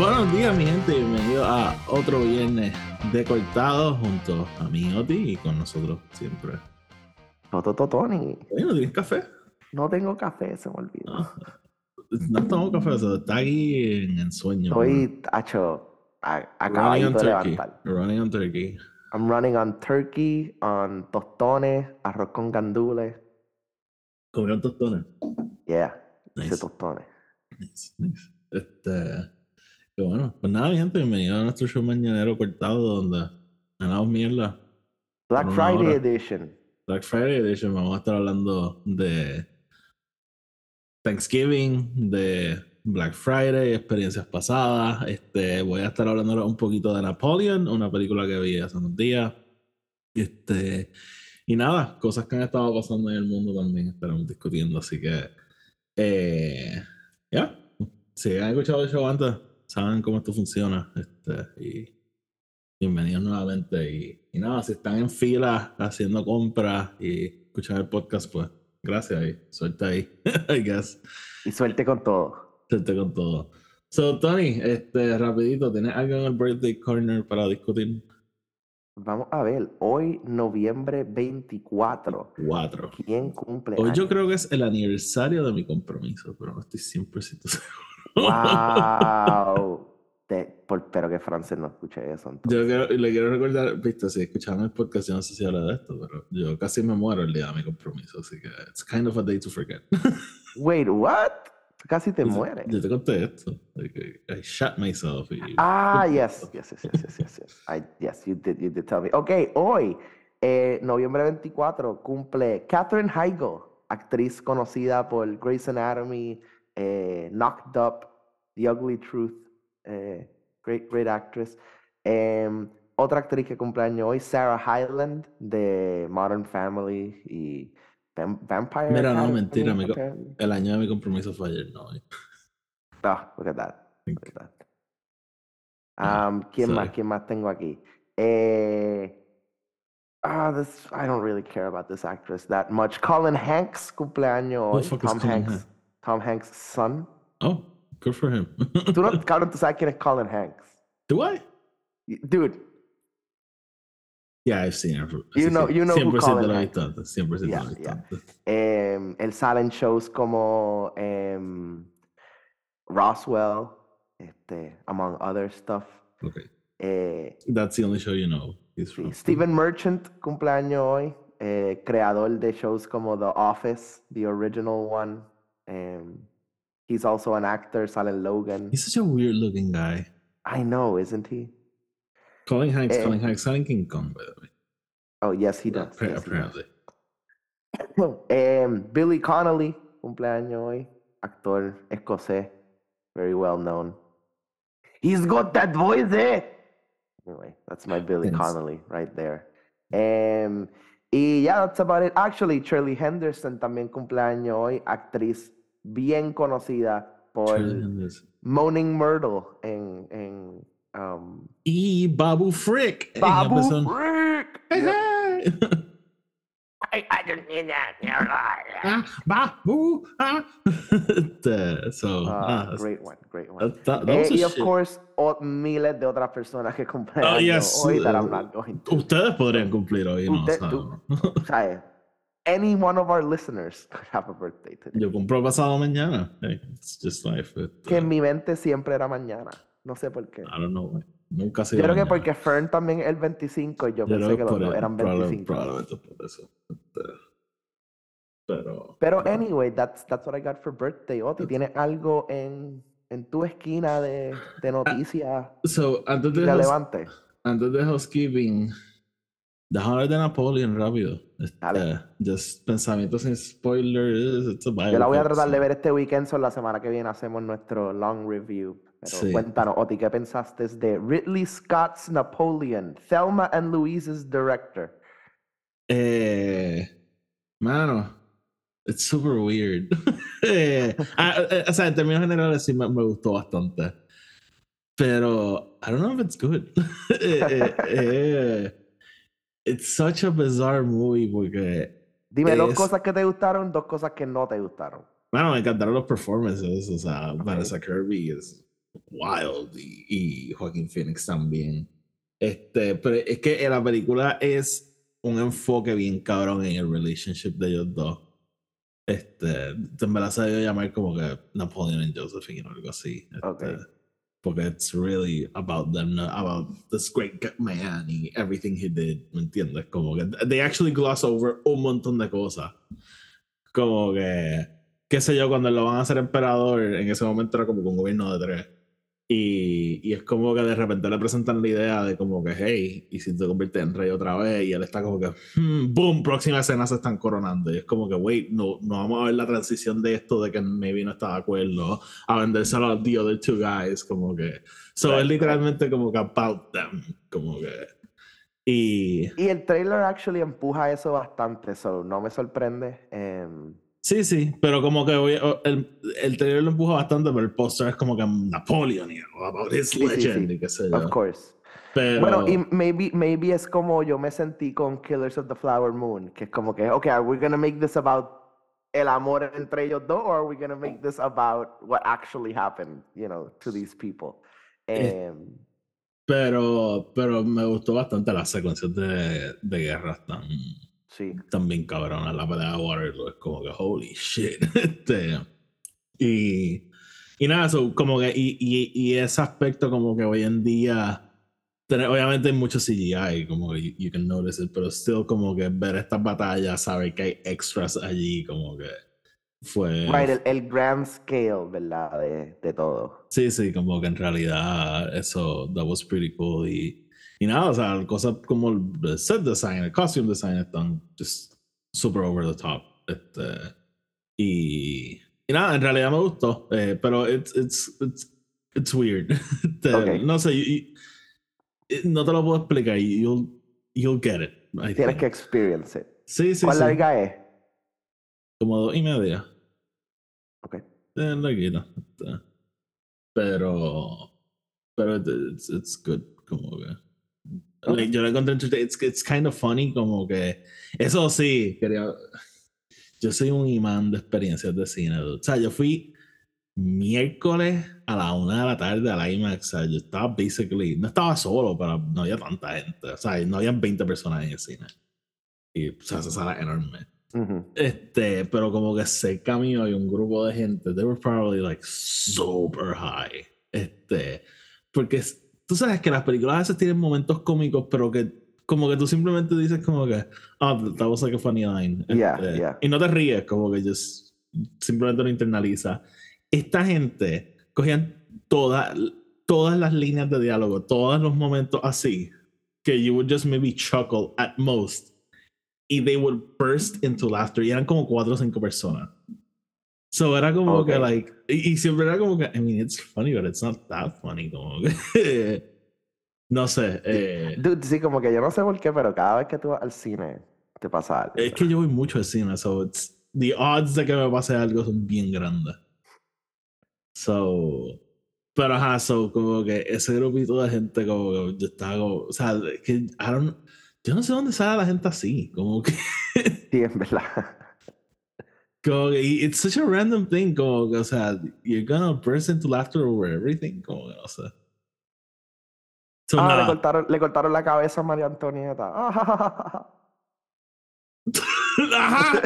Buenos días, mi gente. Bienvenido a otro viernes de Cortados junto a mí, Oti, y con nosotros siempre. Tony. Oye, ¿no tienes café? No tengo café, se me olvidó. No tomo café, o sea, está aquí en sueño. Estoy, acabadito de levantar. Running on turkey. I'm running on turkey, on tostones, arroz con gandules. ¿Comieron tostones? Yeah, Nice. hice tostones. Nice. Pero bueno, pues nada, mi gente, bienvenido a nuestro show mañanero Cortado, donde ganamos mierda. Black por una Friday hora. Edition. Black Friday Edition, vamos a estar hablando de Thanksgiving, de Black Friday, experiencias pasadas. Voy a estar hablando un poquito de Napoleon, una película que vi hace unos días. Y nada, cosas que han estado pasando en el mundo también estaremos discutiendo. Así que, ya, si han escuchado el show antes, saben cómo esto funciona. Y bienvenidos nuevamente. Y nada, si están en fila haciendo compras y escuchan el podcast, pues gracias y suerte ahí, I guess. Y suerte con todo. Suerte con todo. So, Tony, rapidito, ¿tienes algo en el Birthday Corner para discutir? Vamos a ver, hoy, noviembre 24. 4. ¿Quién cumple Hoy yo años? creo que es el aniversario de mi compromiso, pero no estoy 100% seguro. ¡Wow! Pero que Frances no escuche eso entonces. Le quiero recordar, viste, si escucharon el podcast, yo no sé si habla de esto, pero yo casi me muero el día de mi compromiso, así que it's kind of a day to forget. Wait, what? Casi te mueres. Yo te conté esto. Like, I shot myself. Yes, you did tell me. Ok, hoy, noviembre 24, cumple Katherine Heigl, actriz conocida por Grey's Anatomy, Knocked Up, The Ugly Truth, great actress. Otra actriz que cumple año hoy, Sarah Hyland, de Modern Family y Vampire Mira, Academy, no, mentira. apparently. El año de mi compromiso fue ayer, no. Look at that. Sorry. ¿Quién más tengo aquí? I don't really care about this actress that much. Colin Hanks, cumpleaños Who hoy. the fuck is Colin Hanks? Tom Hanks' son. Oh, good for him. Cabrón, tú sabes quién es Colin Hanks. Do I? Dude. Yeah, I've seen him. You know who Colin Hanks is. Siempre se lo he visto. Él sale en shows como Roswell, among other stuff. Okay. That's the only show you know. Sí. Stephen Merchant, cumpleaños hoy, creador de shows como The Office, the original one. He's also an actor, sale en Logan. He's such a weird looking guy. I know, isn't he? Colin Hanks sale en King Kong, by the way. Oh, yes, he does. Apparently. Billy Connolly, cumpleaños hoy, actor escocés, very well known. He's got that voice, eh? Anyway, that's my Billy Connolly right there. Y yeah, that's about it. Actually, Shirley Henderson también cumpleaños hoy, actriz bien conocida por Moaning Myrtle en y Babu Frick. Babu Frick. I didn't mean that. Babu. Great one. Y of course, miles de otras personas que cumplen años hoy that I'm not going to. Ustedes podrían cumplir hoy, ¿Sabes? Any one of our listeners could have a birthday today. Yo cumplo pasado mañana. It's just life. Que en mi mente siempre era mañana. No sé por qué. I don't know. Nunca Yo creo que porque Fern también es el 25 y yo pensé que los dos eran 25. Probablemente por eso. Pero anyway, that's what I got for birthday. Oti, ¿tienes algo en tu esquina de noticias relevante? Antes de housekeeping, déjame hablar de Napoleon rápido. Just pensamientos sin spoilers. Yo la voy a tratar de ver este weekend, la semana que viene hacemos nuestro long review. Pero cuéntanos, Oti, ¿qué pensaste de Ridley Scott's Napoleon? Thelma and Louise's director. Mano, it's super weird. O sea, en términos generales sí me gustó bastante. Pero I don't know if it's good. It's such a bizarre movie porque... Dime 2 cosas que te gustaron, 2 cosas que no te gustaron. Bueno, me encantaron los performances. O sea, Vanessa Kirby es wild y Joaquin Phoenix también. Pero es que la película es un enfoque bien cabrón en el relationship de ellos dos. En verdad se debe llamar como que Napoleon and Josephine o algo así. Okay. Porque it's really about them, about this great man y everything he did, ¿me entiendes? Como que they actually gloss over un montón de cosas. Como que, qué sé yo, cuando lo van a hacer emperador, en ese momento era como que un gobierno de tres. Y es como que de repente le presentan la idea de como que, hey, y si te conviertes en rey otra vez, y él está como que, boom, próxima escena se están coronando. Y es como que, wait, no vamos a ver la transición de esto, de que maybe no está de acuerdo, a vendérselo a the other two guys, como que. So es literalmente como que about them, como que. Y el trailer actually empuja eso bastante, so no me sorprende. sí, pero como que el trailer lo empuja bastante, pero el póster es como que Napoleon, about his legend, y qué sé yo. Of course. Pero, bueno, y maybe es como yo me sentí con Killers of the Flower Moon, que es como que, okay, are we gonna make this about el amor entre ellos dos, or are we gonna make this about what actually happened, to these people? pero me gustó bastante las secuencias de guerras tan bien cabronas. La pelea de Waterloo es como que holy shit. Y nada, como que, y ese aspecto como que hoy en día, obviamente hay mucho CGI, como que you can notice it, pero still como que ver estas batallas, saber que hay extras allí, como que fue. Right, el grand scale, ¿verdad? De todo. Sí, como que en realidad eso, that was pretty cool. Y nada, o sea, cosas como el set design, el costume design están just super over the top. Y nada, en realidad me gustó, pero it's weird. Okay. No sé, no te lo puedo explicar. You'll get it. Tienes que experience it. Sí. ¿Cuál larga es? Como 2:30. Okay. Larguita. Pero it's good. Como que. Okay. Yo lo encontré it's kind of funny, como que. Eso sí, yo soy un imán de experiencias de cine. Dude. O sea, yo fui miércoles a la 1:00 PM al IMAX. O sea, yo estaba basically, no estaba solo, pero no había tanta gente. O sea, no habían 20 personas en el cine. Y, o sea, esa sala enorme. Pero como que cerca mío hay un grupo de gente. They were probably like super high. Porque tú sabes que las películas a veces tienen momentos cómicos, pero que como que tú simplemente dices como que, that was like a funny line. Yeah. Y no te ríes, como que just simplemente lo internaliza. Esta gente cogían todas las líneas de diálogo, todos los momentos así, que you would just maybe chuckle at most. Y they would burst into laughter. Y eran como 4 o 5 personas. So era como que, like, y siempre era como que, I mean, it's funny, but it's not that funny. Como que, no sé. Dude, sí, como que yo no sé por qué, pero cada vez que tú vas al cine, te pasa algo. Es que yo voy mucho al cine, so the odds de que me pase algo son bien grandes. So, pero ajá, como que ese grupito de gente, como que yo estaba como, o sea, que yo no sé dónde sale la gente así, como que. Sí, es verdad. Como que, it's such a random thing, como que, o sea, you're gonna burst into laughter over everything, como que, o sea. So, le cortaron la cabeza a María Antonieta. Ajá.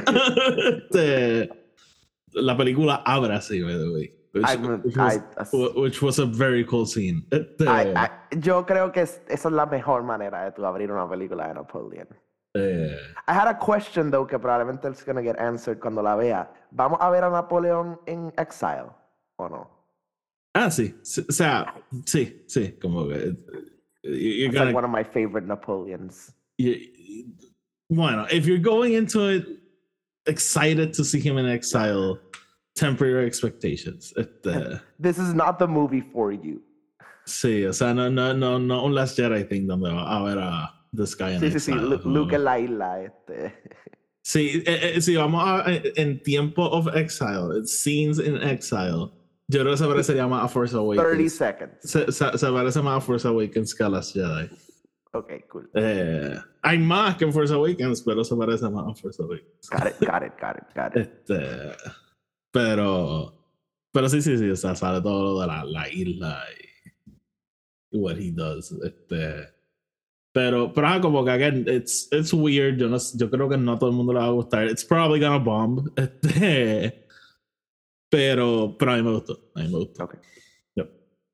La película abre así, by the way. Which was a very cool scene. Yo creo que esa es la mejor manera de tú abrir una película de Napoleon. I had a question, though, que probablemente it's gonna get answered cuando la vea. ¿Vamos a ver a Napoleón en Exile o no? Sí. O sea, sí, como que. It's like one of my favorite Napoleons. Bueno, if you're going into it excited to see him in Exile, temper your expectations. This is not the movie for you. Sí, o sea, no un Last Jedi thing donde va a ver a this guy in Exile. Sí, Luke en la isla. Sí, vamos en tiempo of Exile, scenes in Exile. Yo creo que se parecería más a Force Awakens. 30 seconds. Se parece más a Force Awakens que a Last Jedi. Ok, cool. Hay más que en Force Awakens, pero se parece más a Force Awakens. Got it. Pero Pero sí, o sea, sale todo lo de la isla y what he does. Pero como que again, it's weird. Yo creo que no a todo el mundo le va a gustar. It's probably gonna bomb. Pero a mí me gustó. A mí me gustó. Okay. Yep.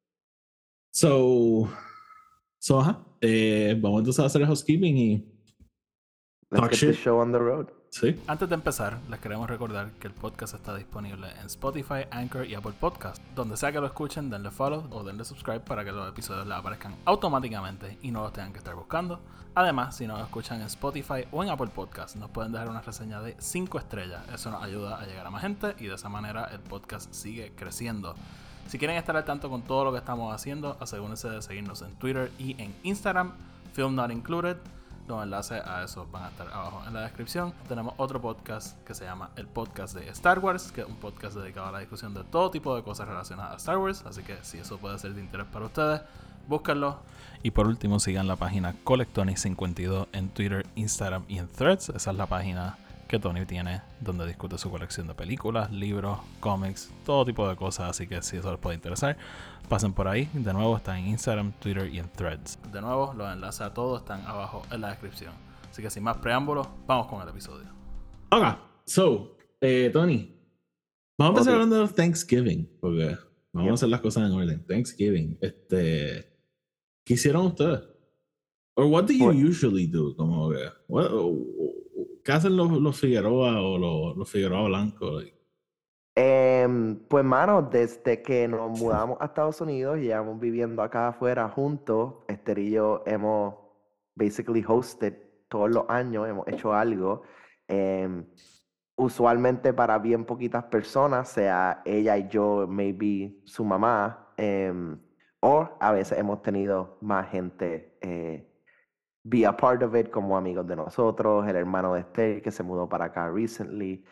So ajá. Vamos entonces a hacer el housekeeping y Let's talk get shit. the show on the road. Sí. Antes de empezar, les queremos recordar que el podcast está disponible en Spotify, Anchor y Apple Podcast. Donde sea que lo escuchen, denle follow o denle subscribe para que los episodios les aparezcan automáticamente y no los tengan que estar buscando. Además, si nos escuchan en Spotify o en Apple Podcast, nos pueden dejar una reseña de 5 estrellas. Eso nos ayuda a llegar a más gente y de esa manera el podcast sigue creciendo. Si quieren estar al tanto con todo lo que estamos haciendo, asegúrense de seguirnos en Twitter y en Instagram, Film Not Included. Los enlaces a eso van a estar abajo en la descripción. Tenemos otro podcast que se llama El Podcast de Star Wars, que es un podcast dedicado a la discusión de todo tipo de cosas relacionadas a Star Wars. Así que si eso puede ser de interés para ustedes, búsquenlo. Y por último, sigan la página Colectonic52 en Twitter, Instagram y en Threads. Esa es la página que Tony tiene donde discute su colección de películas, libros, cómics, todo tipo de cosas. Así que si eso les puede interesar, pasen por ahí. De nuevo está en Instagram, Twitter y en Threads. De nuevo, los enlaces a todos están abajo en la descripción. Así que sin más preámbulos, vamos con el episodio. Ok, so, Tony, vamos a empezar hablando de Thanksgiving, porque vamos a hacer las cosas en orden. Thanksgiving, ¿qué hicieron ustedes? Or what do you usually do? Como que, ¿qué hacen los Figueroa o los Figueroa blancos? Pues, mano, desde que nos mudamos a Estados Unidos y llevamos viviendo acá afuera juntos, Esther y yo hemos basically hosted todos los años, hemos hecho algo. Usualmente para bien poquitas personas, sea ella y yo, maybe su mamá, o a veces hemos tenido más gente be a part of it, como amigos de nosotros, el hermano de Esther que se mudó para acá recently.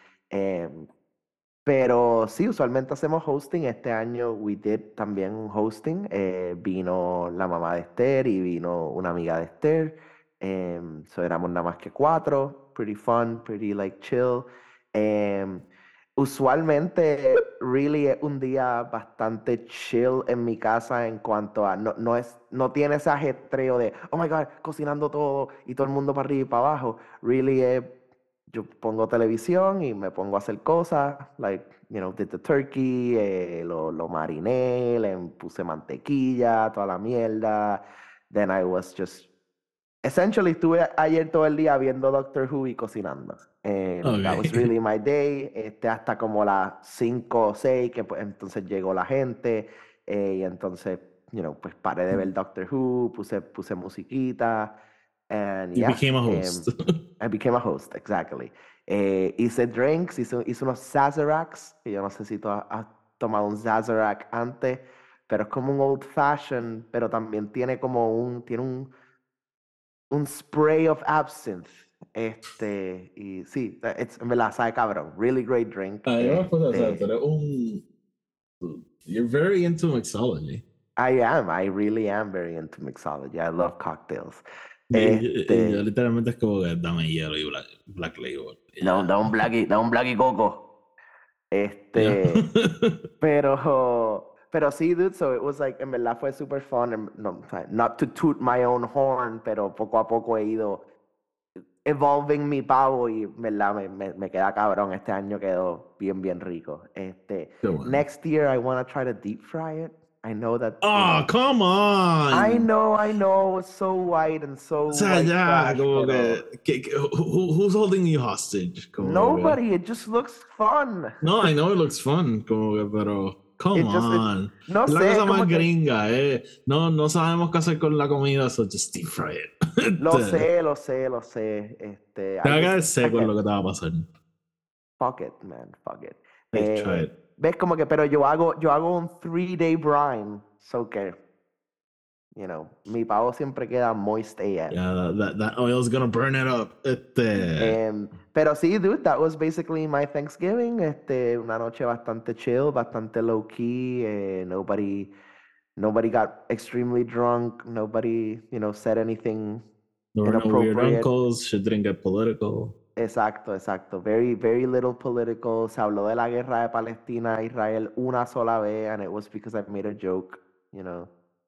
Pero sí, usualmente hacemos hosting. Este año we did también un hosting. Vino la mamá de Esther y vino una amiga de Esther. So éramos nada más que 4. Pretty fun, pretty like chill. Usualmente, really es un día bastante chill en mi casa en cuanto a no tiene ese ajetreo de oh my god, cocinando todo y todo el mundo para arriba y para abajo. Really es yo pongo televisión y me pongo a hacer cosas, like, did the turkey, lo mariné, le puse mantequilla, toda la mierda. Then I was essentially estuve ayer todo el día viendo Doctor Who y cocinando. And that was really my day. Hasta como las 5 o 6, que pues, entonces llegó la gente, y entonces, pues paré de ver Doctor Who, puse musiquita. And You became a host. I became a host, exactly. Hice drinks, hice unos Sazeracs, que yo no sé si tú has tomado un Sazerac antes, pero es como un old fashioned, pero también tiene un spray of absinthe. Y sí, en verdad, sabe cabrón. Really great drink. You're very into mixology. I really am very into mixology. I love cocktails. Yo literalmente es como que dame hielo y black label. Yeah. Da un black y coco. Pero sí, dude, so it was like, en verdad fue super fun. No, not to toot my own horn, pero poco a poco he ido evolving mi pavo y en verdad me queda cabrón. Este año quedó bien rico. Bueno. Next year I want to try to deep fry it. I know that. Oh, come on. I know. It's so white and so. O sea, ya, como que who's holding you hostage? Nobody. It just looks fun. No, I know it looks fun, como que, pero come on. No es la sé, cosa más gringa, No sabemos qué hacer con la comida, so just deep fry it. Lo sé. Te va a quedar seco en lo que te va a pasar. Fuck it, man. Fuck it. Try it. Ves como que, pero yo hago un 3-day brine, so que, mi pavo siempre queda moist AF. Yeah, that oil's gonna burn it up. Pero sí, dude, that was basically my Thanksgiving. Una noche bastante chill, bastante low key. Nobody got extremely drunk. Nobody, said anything There were no weird inappropriate. uncles. Shit didn't get political. Exacto, exacto. Very, very little political. Se habló de la guerra de Palestina a Israel una sola vez, and it was because I made a joke, you know.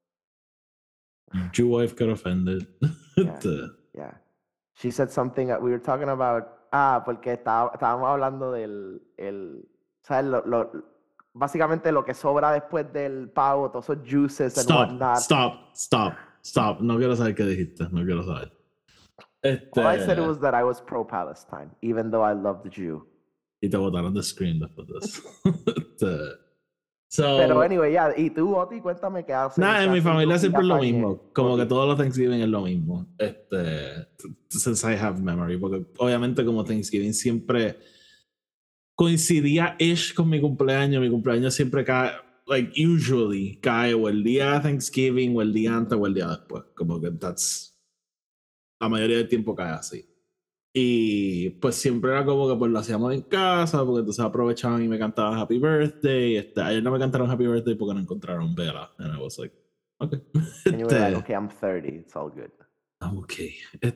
Your wife got offended. Yeah, yeah. She said something that we were talking about. Porque estábamos hablando ¿sabes? Básicamente lo que sobra después del pavo, todos esos juices and whatnot. Stop. No quiero saber qué dijiste. No quiero saber. All I said was that I was pro-Palestine, even though I love the Jew. Y te botaron de screen después de eso. Pero anyway, yeah. Y tú, Oti, cuéntame qué haces. Nada, en mi familia siempre es lo mismo. Como Oti. que todos los Thanksgiving es lo mismo. Since I have memory. Porque obviamente como Thanksgiving siempre coincidía-ish con mi cumpleaños. Mi cumpleaños siempre cae, like usually, cae o el día de Thanksgiving, o el día antes, o el día después. Como que la mayoría del tiempo cae así. Y pues siempre era como que pues lo hacíamos en casa, porque entonces aprovechaban y me cantaban Happy Birthday. Ayer no me cantaron Happy Birthday porque no encontraron vela. And I was like, okay. And you were like, okay, I'm 30, it's all good. I'm okay.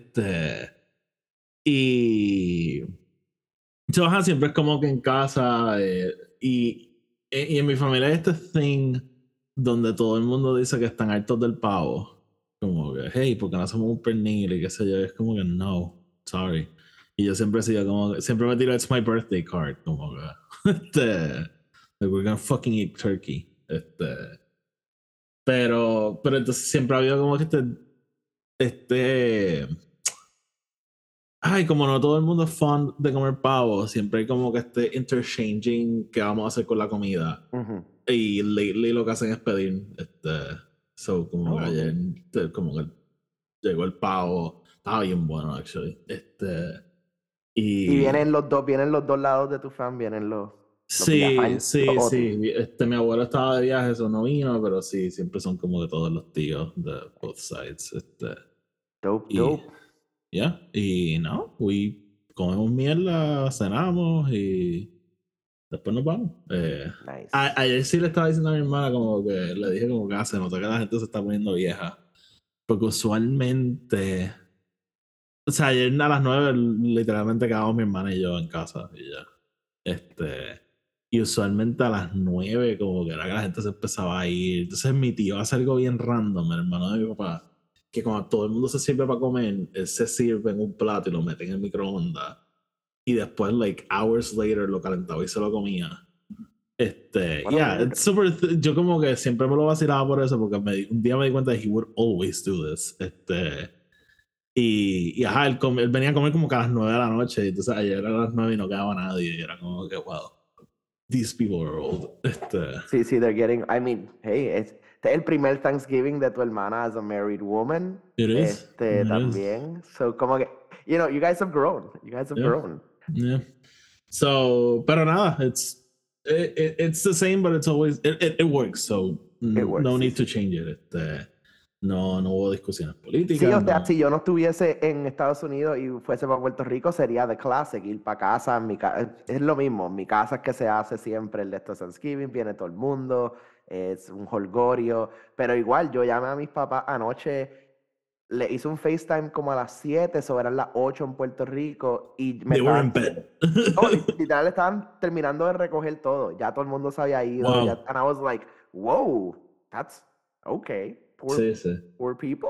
Y entonces, siempre es como que en casa y en mi familia hay este thing donde todo el mundo dice que están hartos del pavo. Como que, hey, ¿por qué no hacemos un pernil? Y qué sé yo. Es como que, no, sorry. Y yo siempre he sido como que, siempre me tiro, it's my birthday card. Como que, like, we're gonna fucking eat turkey. Pero entonces siempre ha habido como que ay, como no todo el mundo es fan de comer pavo, siempre hay como que interchanging que vamos a hacer con la comida. Uh-huh. Y lately lo que hacen es pedir, so como que ayer, como que llegó el pavo, estaba bien bueno, actually. Y vienen los dos lados de tu fan, vienen los sí. Mi abuelo estaba de viaje, eso no vino, pero sí, siempre son como que todos los tíos de both sides. Dope. Yeah, y no, comemos mierda, cenamos y después nos vamos. Nice. Ayer sí le estaba diciendo a mi hermana como que le dije como que se nota que la gente se está poniendo vieja. Porque usualmente, o sea, ayer a las 9 literalmente quedábamos mi hermana y yo en casa y ya. Y usualmente a las 9 como que era que la gente se empezaba a ir. Entonces mi tío hace algo bien random, el hermano de mi papá, que cuando todo el mundo se sirve para comer, él se sirve en un plato y lo mete en el microondas. Y después, like, hours later, lo calentaba y se lo comía. Yo como que siempre me lo vacilaba por eso, porque un día me di cuenta de he would always do this. Y ajá, él venía a comer como que a las 9 de la noche, y entonces ayer a las 9 y no quedaba nadie, y era como que, wow, these people are old. Sí, they're getting, I mean, hey, este es el primer Thanksgiving de tu hermana as a married woman. It is. También. So, como que, you know, you guys have grown. Grown. Yeah. So, pero nada, it's the same, but it's always, it works, so no need to change it. No hubo discusiones políticas. Sí, o sea, si yo no estuviese en Estados Unidos y fuese para Puerto Rico, sería the classic, ir para casa. Es lo mismo, en mi casa es que se hace siempre el de estos Thanksgiving, viene todo el mundo, es un holgorio, pero igual yo llamé a mis papás anoche, le hice un FaceTime como a las 7, so eran las 8 en Puerto Rico y me were in bed. Literal estaban terminando de recoger todo, ya todo el mundo se había ido, wow. And I was like, whoa, that's okay. Poor people.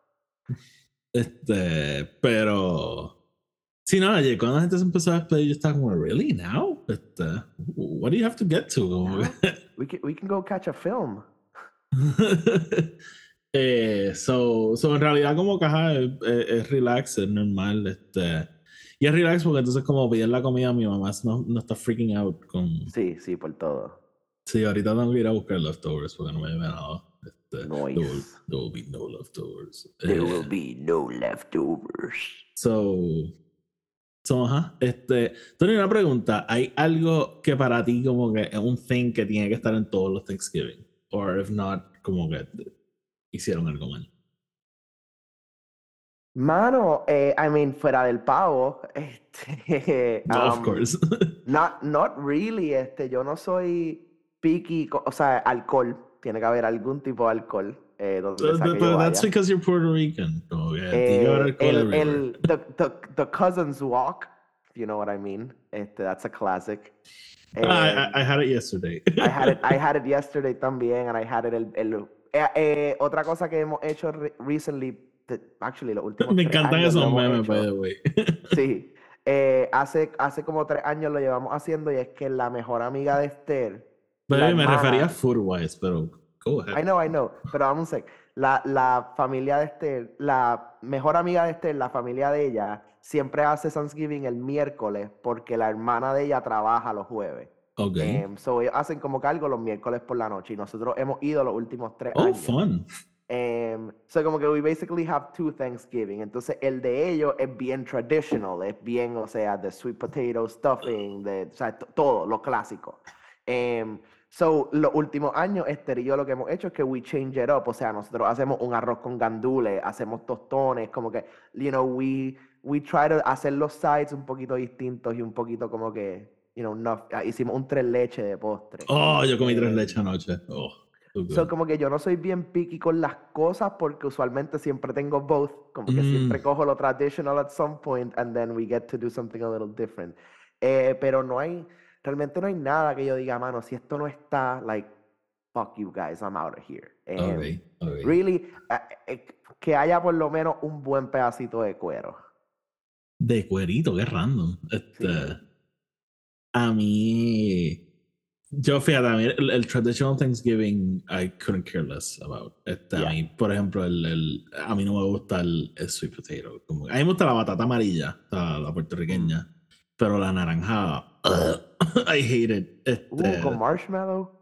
Pero sí, no, ayer cuando la gente se empezó a despedir, yo estaba como, really, now? What do you have to get to? No, we can go catch a film. So en realidad como que es relax, es normal. Y es relax porque entonces como piden la comida, mi mamá no está freaking out con... Sí, por todo. Sí, ahorita tengo que ir a buscar leftovers porque no me llevé nada. Nice. There will be no leftovers. There will be no leftovers. Ajá. Tony, una pregunta. ¿Hay algo que para ti como que es un thing que tiene que estar en todos los Thanksgiving? Or if not, como que hicieron algo mal? Mano, I mean, fuera del pavo, of course. not really, yo no soy picky, o sea, alcohol, tiene que haber algún tipo de alcohol but that's because you're Puerto Rican. The Cousin's Walk, if you know what I mean. That's a classic. I had it yesterday. I had it yesterday también, and I had it otra cosa que hemos hecho recently, actually los últimos Me 3 encantan años lo esos hemos memes, hecho. by the way. Sí, hace como 3 años lo llevamos haciendo y es que la mejor amiga de Esther, la Baby, me hermana, refería a food-wise, pero go ahead. I know, pero vamos a ver, la familia de Esther, la mejor amiga de Esther, la familia de ella, siempre hace Thanksgiving el miércoles porque la hermana de ella trabaja los jueves. Ok. So ellos hacen como que algo los miércoles por la noche y nosotros hemos ido los últimos 3 Oh, años. fun. So como que we basically have 2 Thanksgiving. Entonces el de ellos es bien traditional, es bien, o sea, de sweet potato stuffing, o sea, todo, lo clásico. So los últimos años, Esther y yo lo que hemos hecho es que we change it up, o sea, nosotros hacemos un arroz con gandules, hacemos tostones, como que, you know, we try to hacer los sides un poquito distintos y un poquito como que, you know, hicimos un 3 leches de postre. Oh, yo comí 3 leches anoche. Oh, so good. So, como que yo no soy bien picky con las cosas porque usualmente siempre tengo both. Como que siempre cojo lo traditional at some point and then we get to do something a little different. Pero realmente no hay nada que yo diga, mano, si esto no está, like, fuck you guys, I'm out of here. Okay. Really, que haya por lo menos un buen pedacito de cuero. De cuerito, qué random. Sí. A mí... Yo, fíjate, a mí el traditional Thanksgiving I couldn't care less about. A mí, por ejemplo, a mí no me gusta el sweet potato. A mí me gusta la batata amarilla, la puertorriqueña, pero la naranjada, I hate it. Con marshmallow.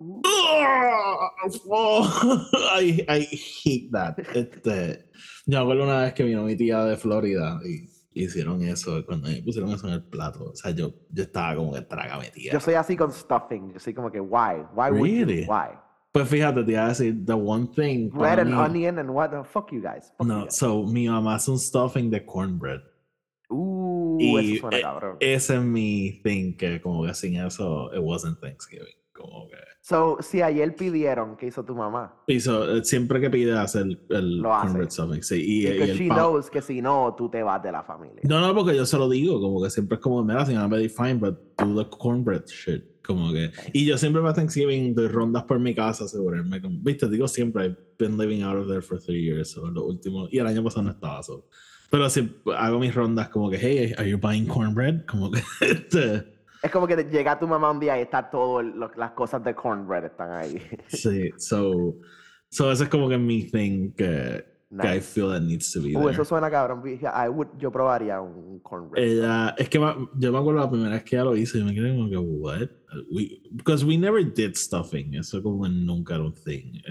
I hate that. Yo me acuerdo una vez que vino mi tía de Florida y hicieron eso, cuando me pusieron eso en el plato, o sea, yo estaba como que trágame tierra. Yo soy así con stuffing, yo soy como que, why Really? would you? Why? Pues fíjate, te iba a decir, the one thing Red and onion and what the fuck you guys. So mi mamá hace un stuffing de cornbread. Eso suena cabrón. Ese es mi thing, que como que sin eso, it wasn't Thanksgiving. Como que... So, si ayer pidieron, ¿qué hizo tu mamá? Siempre que pide hace el cornbread hace. stuffing. Sí, Because she knows que si no, tú te vas de la familia. No, porque yo se lo digo, como que siempre es como, mira, si I'm very fine, but do the cornbread shit. Como que... Y yo siempre para Thanksgiving doy rondas por mi casa, asegurarme. Viste, digo siempre, I've been living out of there for 3 years, so los últimos... Y el año pasado no estaba, so. Pero si hago mis rondas como que, hey, are you buying cornbread? Como que... Es como que llega tu mamá un día y está todo, las cosas de cornbread están ahí. Sí, so eso es como que mi thing que I feel that needs to be there. Eso suena cabrón. Yo probaría un cornbread. Es que yo me acuerdo la primera vez que ella lo hizo y me quedé como que, what? Because we never did stuffing. Eso como nunca era un thing.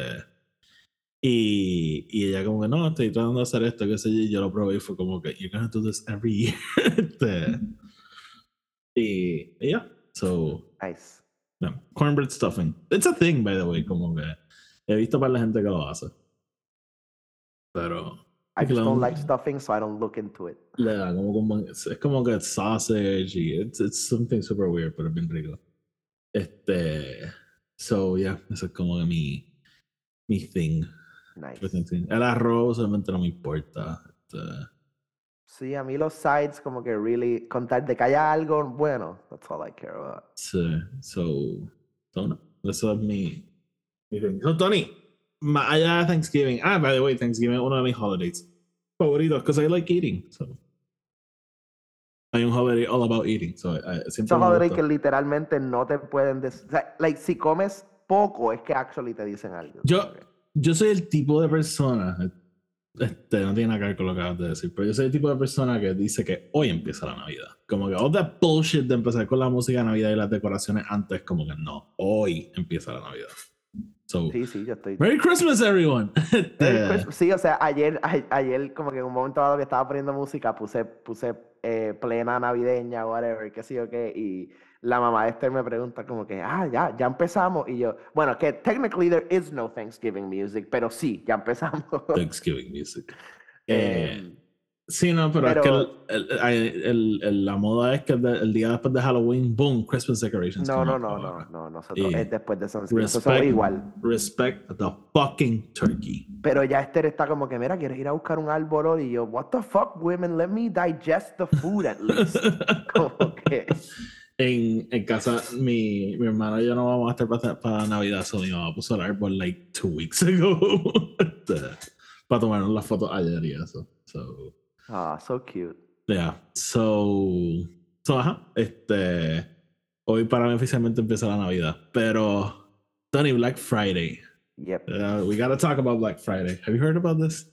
Y ella como que, no, estoy tratando de hacer esto, qué sé yo, y yo lo probé y fue como que, you're gonna do this every year. Y yeah, so... Nice. No, cornbread stuffing. It's a thing, by the way, como que he visto para la gente que lo hace. Pero... I just don't like stuffing, so I don't look into it. Le da es como que sausage y it's something super weird, pero es bien rico. So, yeah, eso es como que mi thing. Nice. El arroz realmente no me importa. Sí, a mí los sides como que really, contar de que haya algo bueno, that's all I care about. Sí, so no, eso es mi thing. So, Tony, allá de Thanksgiving, by the way, Thanksgiving es uno de mis holidays favoritos, because I like eating, so. Hay un holiday all about eating, so siempre Esos holidays que literalmente no te pueden decir, o sea, like, si comes poco es que actually te dicen algo. Yo soy el tipo de persona, no tiene nada que ver con lo que acabas de decir, pero yo soy el tipo de persona que dice que hoy empieza la Navidad. Como que all that bullshit de empezar con la música de Navidad y las decoraciones antes, como que no, hoy empieza la Navidad. So, sí, yo estoy... Merry Christmas, everyone. Merry Christmas. Sí, o sea, ayer como que en un momento dado que estaba poniendo música, puse plena navideña, whatever, qué sé yo qué, y la mamá de Esther me pregunta como que, ya empezamos, y yo, bueno, que technically there is no Thanksgiving music, pero sí, ya empezamos. Thanksgiving music. Sí, no, pero es que la moda es que el día después de Halloween, boom, Christmas decorations No, come no, out no, no, ahora. no. Nosotros Y es después de Thanksgiving. Nosotros somos respect, igual. respect the fucking turkey. Pero ya Esther está como que, mira, ¿quieres ir a buscar un árbol? Y yo, what the fuck, women, let me digest the food at least. Como que... En casa, mi hermano y yo no vamos a estar para Navidad, so mi mamá puso el árbol like 2 weeks ago. Para tomarnos las fotos ayer y eso. So, Ah, so cute. yeah. Ajá. Hoy para mí oficialmente empieza la Navidad. Pero, Tony, Black Friday. Yep. We gotta talk about Black Friday. Have you heard about this?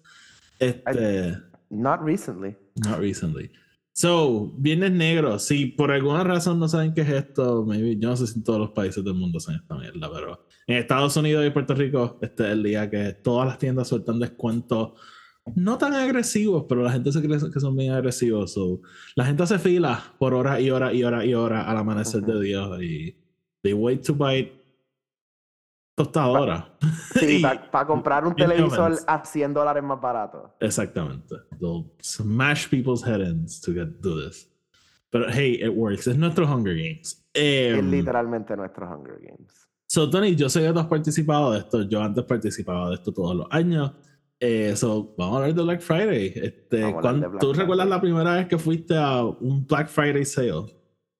Not recently. Not recently. So, Viernes Negro. Si por alguna razón no saben qué es esto, maybe, yo no sé si en todos los países del mundo saben esta mierda, pero en Estados Unidos y Puerto Rico, este es el día que todas las tiendas sueltan descuentos no tan agresivos, pero la gente se cree que son bien agresivos. So, la gente hace fila por horas y horas y horas y horas al amanecer de Dios y they wait to buy tostadora. Sí, Y- para comprar un y televisor ovens. a $100 más barato. Exactamente. They'll smash people's head ends to do this. Pero hey, it works. Es nuestro Hunger Games. Es literalmente nuestro Hunger Games. So, Tony, yo sé que tú has participado de esto. Yo antes participaba de esto todos los años. Vamos a hablar de Black Friday. Vamos a hablar de Black ¿Tú recuerdas Friday. la primera vez que fuiste a un Black Friday sale?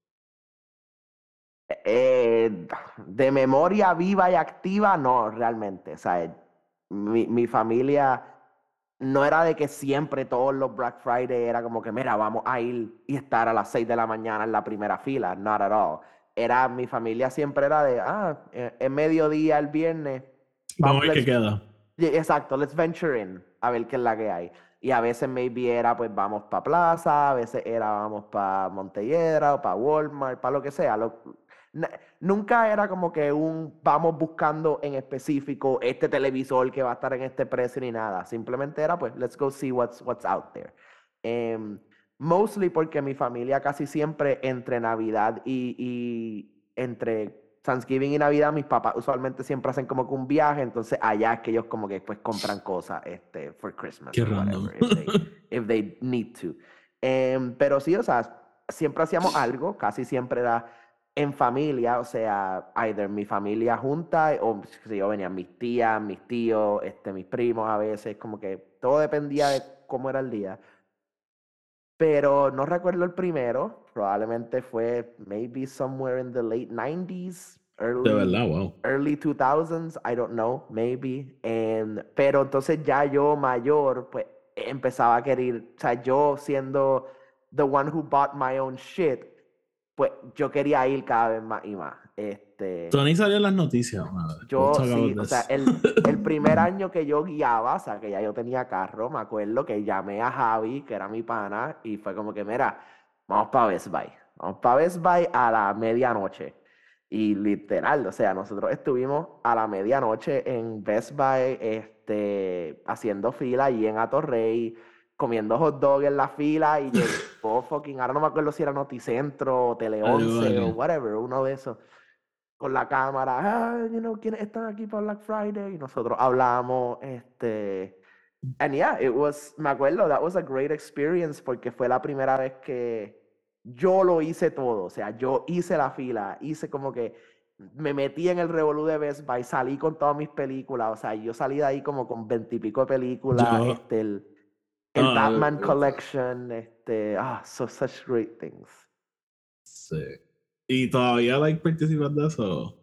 De memoria viva y activa, no, realmente. O sea, mi familia no era de que siempre todos los Black Friday era como que, mira, vamos a ir y estar a las 6 de la mañana en la primera fila. Not at all. Mi familia siempre era de, es mediodía el viernes. Vamos a ver qué queda. Exacto, let's venture in, a ver qué es la que hay. Y a veces maybe era pues vamos para Plaza, a veces era vamos para Montelledra o para Walmart, para lo que sea. Nunca era como que vamos buscando en específico este televisor que va a estar en este precio ni nada. Simplemente era pues let's go see what's out there. Mostly porque mi familia casi siempre entre Navidad y entre Thanksgiving y Navidad, mis papás usualmente siempre hacen como que un viaje, entonces allá es que ellos como que pues compran cosas for Christmas Qué or random. whatever, if they need to. Pero sí, o sea, siempre hacíamos algo, casi siempre era en familia, o sea, either mi familia junta o si yo venían mis tías, mis tíos, mis primos a veces, como que todo dependía de cómo era el día. Pero no recuerdo el primero. Probablemente fue maybe somewhere in the late 90s, De verdad, wow. early 2000s, I don't know, maybe. Pero entonces ya yo mayor, pues empezaba a querer, o sea, yo siendo the one who bought my own shit, pues yo quería ir cada vez más y más. Tony salió en las noticias. We'll talk Sí, about o sea, this. el primer año que yo guiaba, o sea, que ya yo tenía carro, me acuerdo que llamé a Javi, que era mi pana, y fue como que, mira, vamos para Best Buy. Vamos para Best Buy a la medianoche. Y literal, o sea, nosotros estuvimos a la medianoche en Best Buy, haciendo fila allí en Atorrey, comiendo hot dog en la fila, y llegó fucking, ahora no me acuerdo si era Noticentro, o Tele 11 o whatever, uno de esos con la cámara, ¿quiénes están aquí para Black Friday? Y nosotros hablamos, and yeah, me acuerdo, that was a great experience porque fue la primera vez que yo lo hice todo, o sea, yo hice la fila, hice como que me metí en el revolú de Best Buy, salí con todas mis películas, o sea, yo salí de ahí como con 20 y pico de películas, Yo, el Batman Collection, such great things. Sí. ¿Y todavía participas de eso?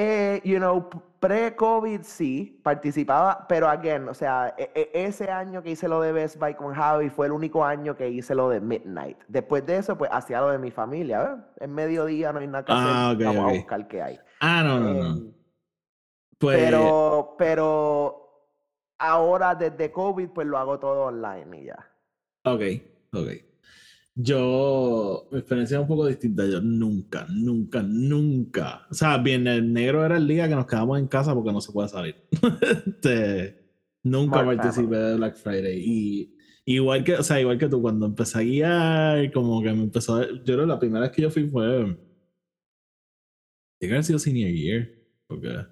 Pre-COVID sí, participaba, pero again, o sea, ese año que hice lo de Best Buy con Javi fue el único año que hice lo de Midnight. Después de eso, pues hacía lo de mi familia. Es mediodía, no hay nada que hacer, Ok, vamos a ok. buscar qué hay. No. Pues, Pero ahora desde COVID, pues lo hago todo online y ya. ok. Mi experiencia es un poco distinta. Yo nunca. O sea, Viernes Negro era el día que nos quedamos en casa porque no se puede salir. Nunca Smart participé family. de Black Friday. Y igual que tú, cuando empecé a guiar, como que me empezó a... Yo creo que la primera vez que yo fui fue... Tiene que haber sido senior year. Porque...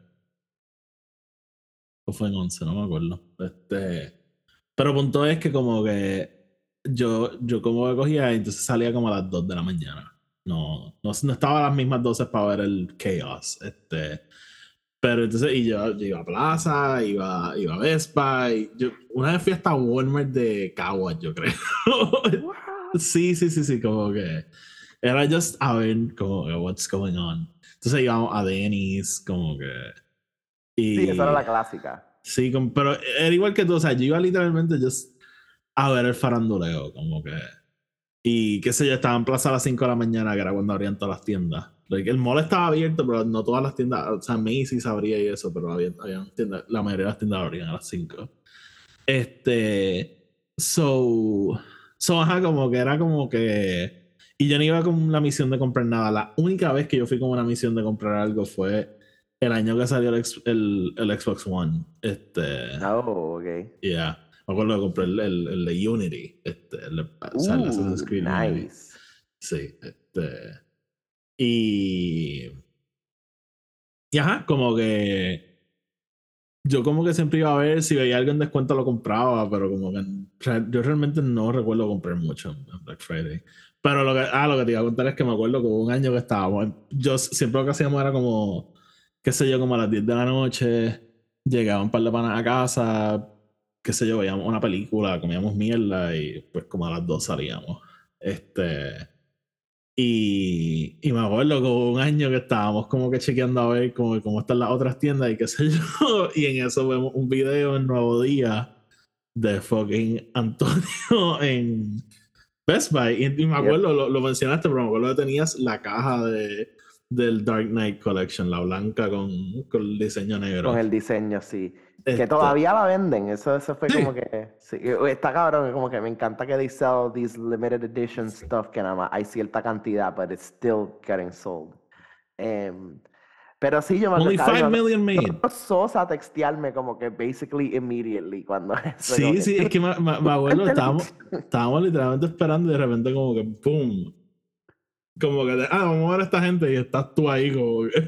O fue en 11, no me acuerdo. Pero el punto es que como que yo como que cogía, entonces salía como a las 2 de la mañana. No estaba a las mismas 12 para ver el chaos. Pero entonces, y yo iba a Plaza, iba a Best Buy. Una vez fui hasta Walmart de Caguas, yo creo. What? Sí, como que era just a ver como que what's going on. Entonces íbamos a Denny's, como que. Sí, esa era Y la clásica. sí, pero era igual que tú, o sea, yo iba literalmente just a ver el faranduleo, como que. Y qué sé yo, estaba en Plaza a las 5 de la mañana, que era cuando abrían todas las tiendas. Like, el mall estaba abierto, pero no todas las tiendas, o sea, Macy's abría y eso, pero había tiendas, la mayoría de las tiendas abrían a las 5. Este, so, ajá, como que era como que, y yo no iba con la misión de comprar nada. La única vez que yo fui con una misión de comprar algo fue el año que salió el Xbox One. Oh, ok. Yeah. Me acuerdo que compré el de Unity, o sea, el Assassin's Creed Unity. Nice. Sí, y, y ajá, como que yo como que siempre iba a ver si veía algo en descuento lo compraba, pero como que yo realmente no recuerdo comprar mucho en Black Friday. Pero lo que te iba a contar es que me acuerdo que hubo un año que estábamos, yo siempre lo que hacíamos era como, qué sé yo, como a las 10 de la noche, llegaban un par de panas a casa, qué sé yo, veíamos una película, comíamos mierda y pues como a las 2 salíamos. Y me acuerdo que hubo un año que estábamos como que chequeando a ver cómo están las otras tiendas y qué sé yo. Y en eso vemos un video en Nuevo Día de fucking Antonio en Best Buy. Y me Yep. acuerdo, lo mencionaste, pero me acuerdo que tenías la caja del Dark Knight Collection, la blanca con el diseño negro. Con el diseño, sí. Que Este, todavía la venden. Eso fue como sí, que. Sí, está cabrón. Como que me encanta que they sell these limited edition stuff que nada más hay cierta cantidad, but it's still getting sold. Em, pero sí, yo me only acuerdo, cabrón, 5 million made. Sosa textearme como que basically immediately cuando eso, como Sí, que, sí, es que me acuerdo, "Vente, Lich". estábamos literalmente esperando y de repente como que ¡pum! Como que, vamos a ver a esta gente y estás tú ahí como que...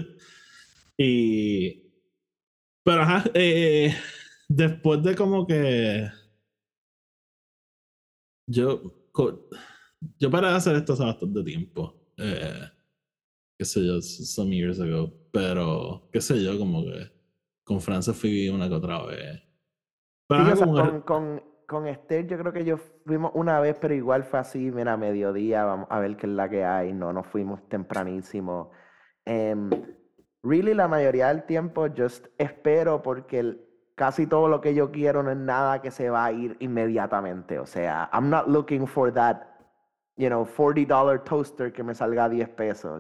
y... Pero ajá, después de como que yo, yo paré de hacer esto hace bastante tiempo, qué sé yo, some years ago, pero qué sé yo, como que con Francia fui una que otra vez. Pero Sí, ajá, o sea, como con Esther yo creo que yo fuimos una vez, pero igual fue así, mira, mediodía, vamos a ver qué es la que hay. No, nos fuimos tempranísimo. Em, really, la mayoría del tiempo just espero porque casi todo lo que yo quiero no es nada que se va a ir inmediatamente. O sea, I'm not looking for that, $40 toaster que me salga a 10 pesos,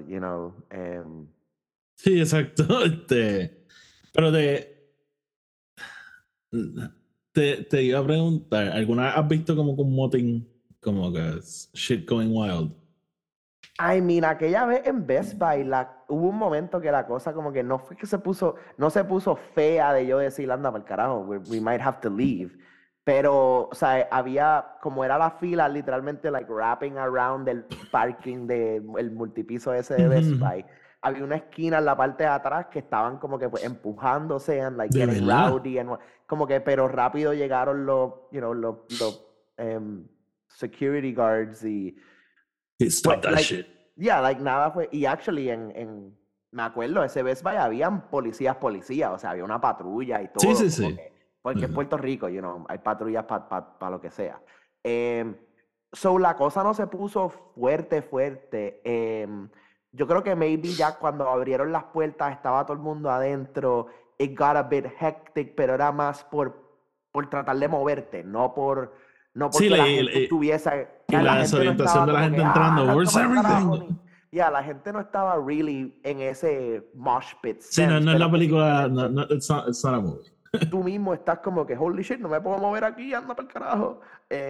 sí, exacto, pero te iba a preguntar, ¿alguna vez has visto como con modding, como que shit going wild? Ay, mira, aquella vez en Best Buy hubo un momento que la cosa como que no fue que no se puso fea de yo decir, anda para el carajo, we might have to leave. Pero, o sea, había, como era la fila, literalmente, like, wrapping around el parking el multipiso ese de Best Ujú. Buy. Había una esquina en la parte de atrás que estaban como que pues, empujándose, and like De getting verdad. rowdy, como que, pero rápido llegaron los security guards y pues, Stop that like, shit. yeah, like nada fue. Y actually, me acuerdo, ese Best Buy habían policías, o sea, había una patrulla y Sí, todo, sí, como sí. que, porque es Ujú. Puerto Rico, hay patrullas para lo que sea. Em, so, la cosa no se puso fuerte. Yo creo que maybe ya cuando abrieron las puertas estaba todo el mundo adentro. It got a bit hectic, pero era más por tratar de moverte, no Sí, porque la gente estuviese, y la la gente no desorientación estaba de la como que, gente entrando. anda Where's para el carajo, everything? ya, la gente no estaba really en ese mosh pit Sí, no, sense, no es pero la que película. No, simplemente no, it's not a movie. tú mismo estás como que, holy shit, no me puedo mover aquí, anda para el carajo.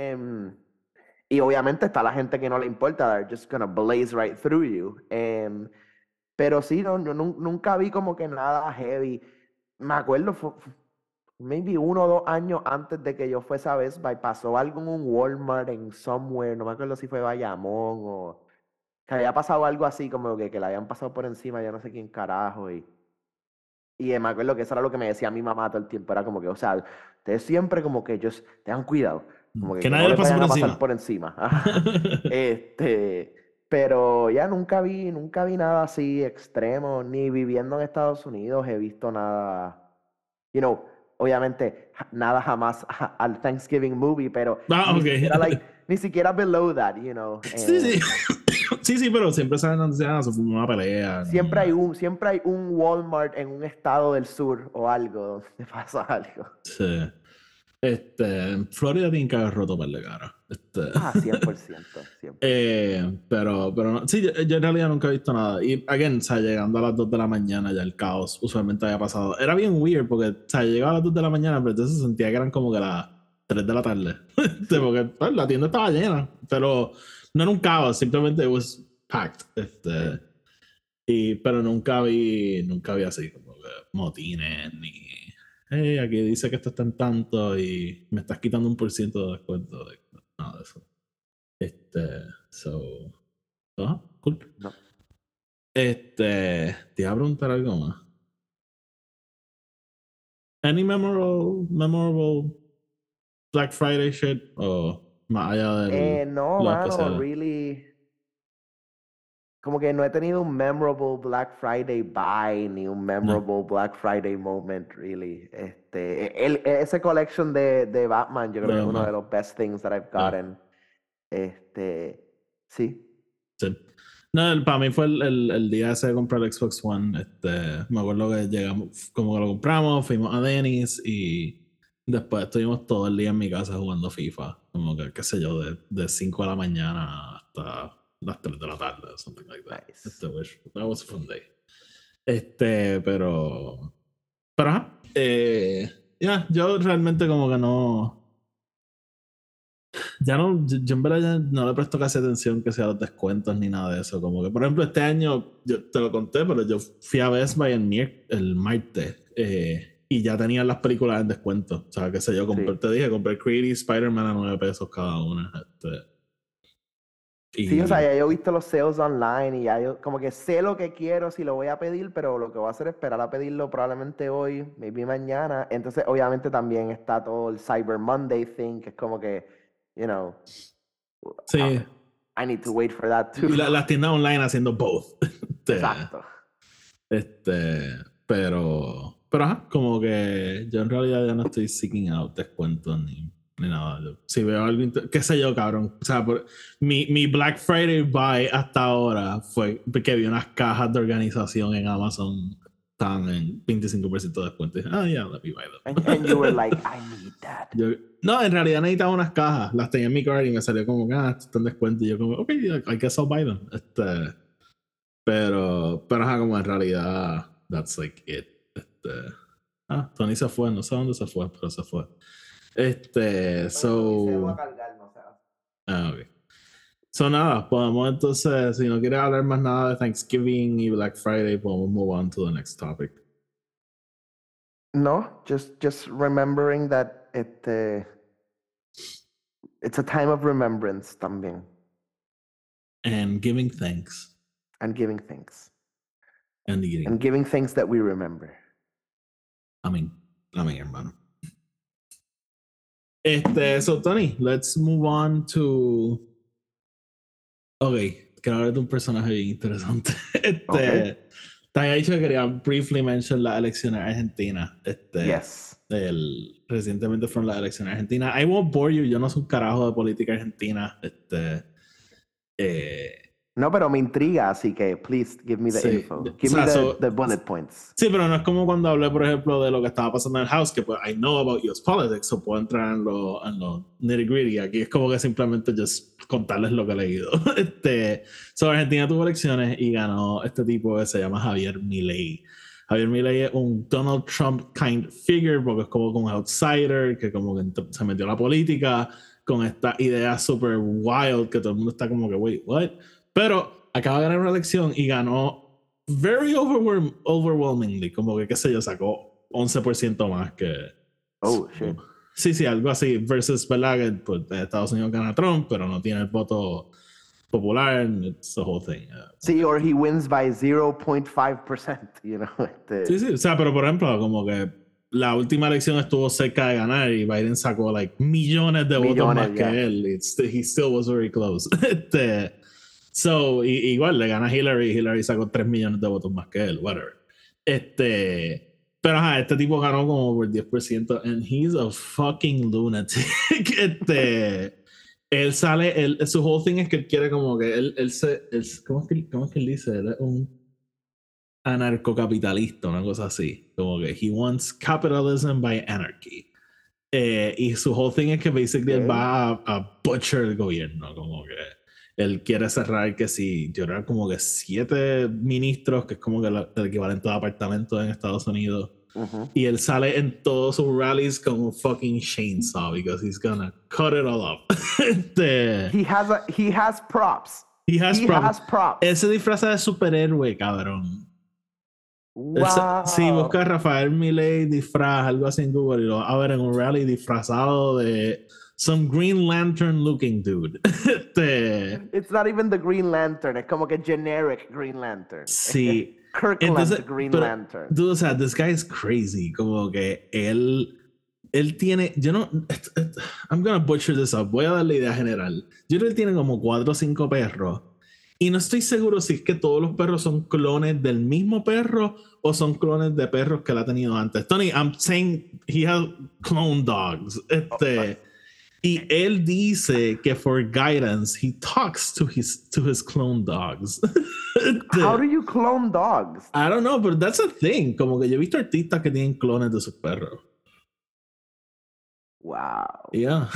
Y obviamente está la gente que no le importa, they're just gonna blaze right through you. Pero sí, no, yo nunca vi como que nada heavy. Me acuerdo, maybe 1 o 2 años antes de que yo fuese a Best Buy, pasó algo en un Walmart en somewhere, no me acuerdo si fue Bayamón o que había pasado algo así, como que le habían pasado por encima, yo no sé quién carajo. Y me acuerdo que eso era lo que me decía mi mamá todo el tiempo, era como que, o sea, ustedes siempre como que ellos, tengan cuidado, Como Que que nadie no le les pase vayan por a pasar encima. por encima. Ajá. Pero ya nunca vi nada así extremo, ni viviendo en Estados Unidos he visto nada, you know, obviamente nada jamás al Thanksgiving movie, pero Ah, ni ok. siquiera ni siquiera below that, you know. Sí, sí. Sí, sí, pero siempre saben dónde se fue una pelea. Siempre hay un Walmart en un estado del sur o algo donde pasa algo. Sí. En Florida tienen que haber roto par de cara. 100%, 100%. Pero no. Sí, yo en realidad nunca he visto nada. Y, again, o sea, llegando a las 2 de la mañana ya el caos usualmente había pasado. Era bien weird porque, o sea, llegaba a las 2 de la mañana, pero entonces sentía que eran como que las 3 de la tarde. Sí. Porque pues, la tienda estaba llena, pero no era un caos, simplemente it was packed. Pero nunca vi así como que motines ni hey, aquí dice que esto está en tanto y me estás quitando 1% de descuento. Nada de eso. So, cool. No. Te iba a preguntar algo más. Any memorable Black Friday shit o más allá de No, lo mano, especial? really. Como que no he tenido un memorable Black Friday buy ni un No. memorable Black Friday moment, really. Ese collection de Batman, yo creo que es uno de los best things that I've gotten. Sí. Sí. No, para mí fue el día ese de comprar el Xbox One. Me acuerdo que llegamos, como que lo compramos, fuimos a Denny's y después estuvimos todo el día en mi casa jugando FIFA. Como que, qué sé yo, de 5 de la mañana hasta las 3 de la tarde, something like that. Nice. That was a fun day. Pero ajá. Ya, yo realmente como que no. Ya no, yo en verdad ya no le presto casi atención que sea los descuentos ni nada de eso. Como que, por ejemplo, este año, yo te lo conté, pero yo fui a Best Buy el martes y ya tenían las películas en descuento. O sea, qué sé yo, te dije, compré Creed y Spider-Man a $9 cada una. Sí, o sea, Y ya yo he visto los sales online y ya yo como que sé lo que quiero si lo voy a pedir, pero lo que voy a hacer es esperar a pedirlo probablemente hoy, maybe mañana. Entonces, obviamente también está todo el Cyber Monday thing, que es como que, you know, sí, I need to wait for that too. y las tiendas online haciendo both. Exacto. Pero ajá, como que yo en realidad ya no estoy seeking out descuentos ni nada. Si veo algo, qué sé yo, cabrón. O sea, mi Black Friday buy hasta ahora fue que vi unas cajas de organización en Amazon estaban en 25% de descuento. Y dije, yeah, let me buy them. And you were like, I need that. No, en realidad necesitaba unas cajas. Las tenía en mi cart y me salió como, esto está en descuento. Y yo como, ok, I guess I'll buy them. Pero ajá, como en realidad, that's like it. Tony se fue, no sé dónde se fue, pero se fue. Ok. So nada, podemos entonces, si no quieres hablar más nada de Thanksgiving y Black Friday, podemos move on to the next topic. No, just remembering that it's a time of remembrance también. And giving thanks. And giving thanks. And eating. And giving thanks that we remember. Amén, hermano. So Tony, let's move on to. Ok, quiero hablar de un personaje bien interesante. Okay. Te había dicho que quería briefly mention las elecciones argentinas. Yes. Recientemente fueron las elecciones argentinas. I won't bore you, yo no soy un carajo de política argentina. No, pero me intriga, así que please give me the sí, info. Give me the bullet points. Sí, pero no es como cuando hablé, por ejemplo, de lo que estaba pasando en el House, que pues I know about US politics, o puedo entrar en lo nitty gritty. Aquí es como que simplemente just contarles lo que he leído. Argentina tuvo elecciones y ganó este tipo que se llama Javier Milei. Javier Milei es un Donald Trump kind figure, porque es como un outsider, que como que se metió a la política con esta idea super wild, que todo el mundo está como que, wait, what? Pero acaba de ganar una elección y ganó very overwhelmingly, como que, qué sé yo, sacó 11% más que. Oh, shit. Sí, algo así, versus, ¿verdad? Que pues, Estados Unidos gana Trump, pero no tiene el voto popular, it's the whole thing. Sí, or he wins by 0.5%, you know. Sí, o sea, pero por ejemplo, como que la última elección estuvo cerca de ganar y Biden sacó like millones de votos más que él. He still was very close. So, igual le gana Hillary. Hillary sacó 3 millones de votos más que él, whatever. Pero ajá, este tipo ganó como por 10%. And he's a fucking lunatic. Él sale, su whole thing es que él quiere como que ¿cómo es que él dice? Él es un anarcocapitalista, una cosa así. Como que he wants capitalism by anarchy. Y su whole thing es que basically él va a butcher el gobierno, como que él quiere cerrar que si llorar como que 7 ministros, que es como que el equivalente de apartamentos en Estados Unidos. Y él sale en todos sus rallies como fucking chainsaw because he's gonna cut it all up. He has props. He has props. Ese disfraza de superhéroe, cabrón. Wow. Si buscas Rafael Milei disfraz, algo así en Google, y lo vas a ver en un rally disfrazado de some Green Lantern looking dude. It's not even the Green Lantern, es como que generic Green Lantern. Sí. Kirkland Green Lantern. Dude, o sea, this guy is crazy. Como que él tiene, I'm gonna butcher this up. Voy a dar la idea general. Yo creo que él tiene como 4 o 5 perros. Y no estoy seguro si es que todos los perros son clones del mismo perro o son clones de perros que él ha tenido antes. Tony, I'm saying he has clone dogs. Y él dice que for guidance he talks to his clone dogs. How do you clone dogs? I don't know, but that's a thing. Como que yo he visto artistas que tienen clones de sus perros. Wow. Yeah.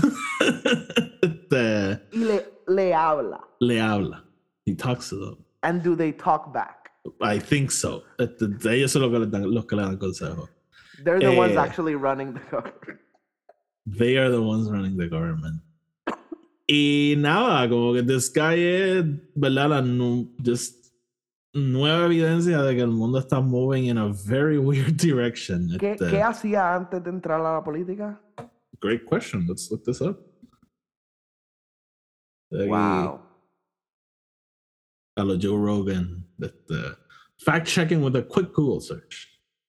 Y le habla. Le habla. He talks to them. And do they talk back? I think so. Ellos son los que le dan consejo. They're the ones actually running the government. They are the ones running the government. Y nada, como que this guy es, ¿verdad? Just nueva evidencia de que el mundo está moving in a very weird direction. ¿Qué hacía antes de entrar a la política? Great question. Let's look this up. Wow. A lo Joe Rogan. Fact checking with a quick Google search.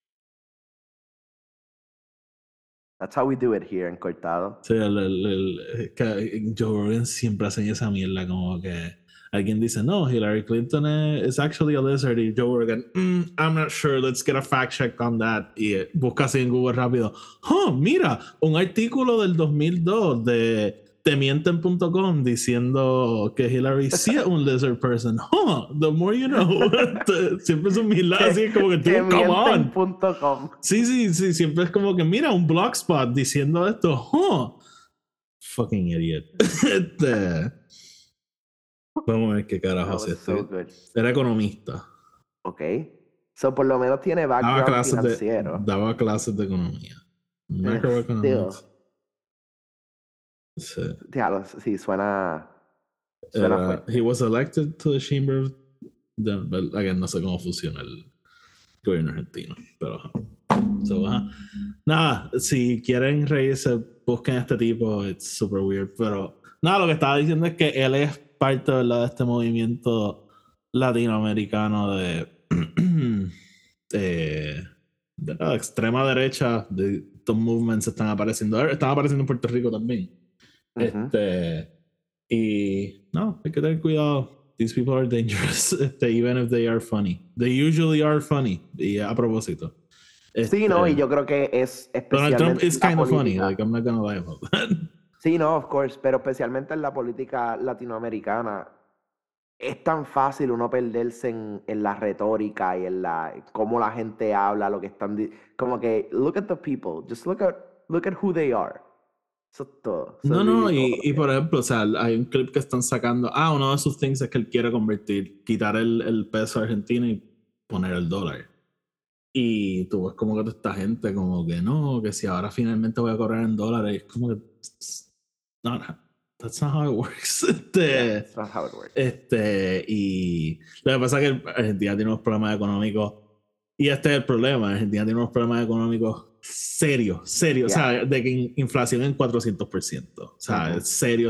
That's how we do it here en Cortado. Sí, Joe Rogan siempre hace esa mierda como que alguien dice, no, Hillary Clinton is actually a lizard, y Joe Rogan, I'm not sure, let's get a fact check on that. Y busca así en Google rápido, mira, un artículo del 2002 de temienten.com diciendo que Hillary sí es un lizard person. The more you know. Siempre es un milagro así como que tú, come on. Sí, siempre es como que mira un blogspot diciendo esto. Fucking idiot. Vamos a ver qué carajo hace esto. Era economista. Ok. So por lo menos tiene background financiero. Daba clases de economía. Macroeconomics. Sí, suena he was elected to the chamber but again, no sé cómo funciona el gobierno argentino, pero nada, si quieren reírse, busquen a este tipo, it's super weird, pero nada, lo que estaba diciendo es que él es parte, ¿verdad?, de este movimiento latinoamericano de la extrema derecha, de estos movements están apareciendo en Puerto Rico también. Y no, hay que tener cuidado. These people are dangerous, even if they are funny. They usually are funny. Y a propósito. Sí, no, y yo creo que es especialmente Donald Trump is kind of funny, like I'm not gonna lie about that. Sí, no, of course, pero especialmente en la política latinoamericana es tan fácil uno perderse en la retórica y en cómo la gente habla, lo que están como que look at the people, just look at who they are. Eso es todo. No, y por ejemplo, o sea, hay un clip que están sacando. Uno de sus things es que él quiere quitar el peso argentino y poner el dólar. Y tú ves como que toda esta gente, como que no, que si ahora finalmente voy a cobrar en dólares, es como que. No, that's not how it works. That's not how it works. Y lo que pasa es que Argentina tiene unos problemas económicos. Y este es el problema. Argentina tiene unos problemas económicos serios. O sea, de que inflación en 400%. O sea, es serio.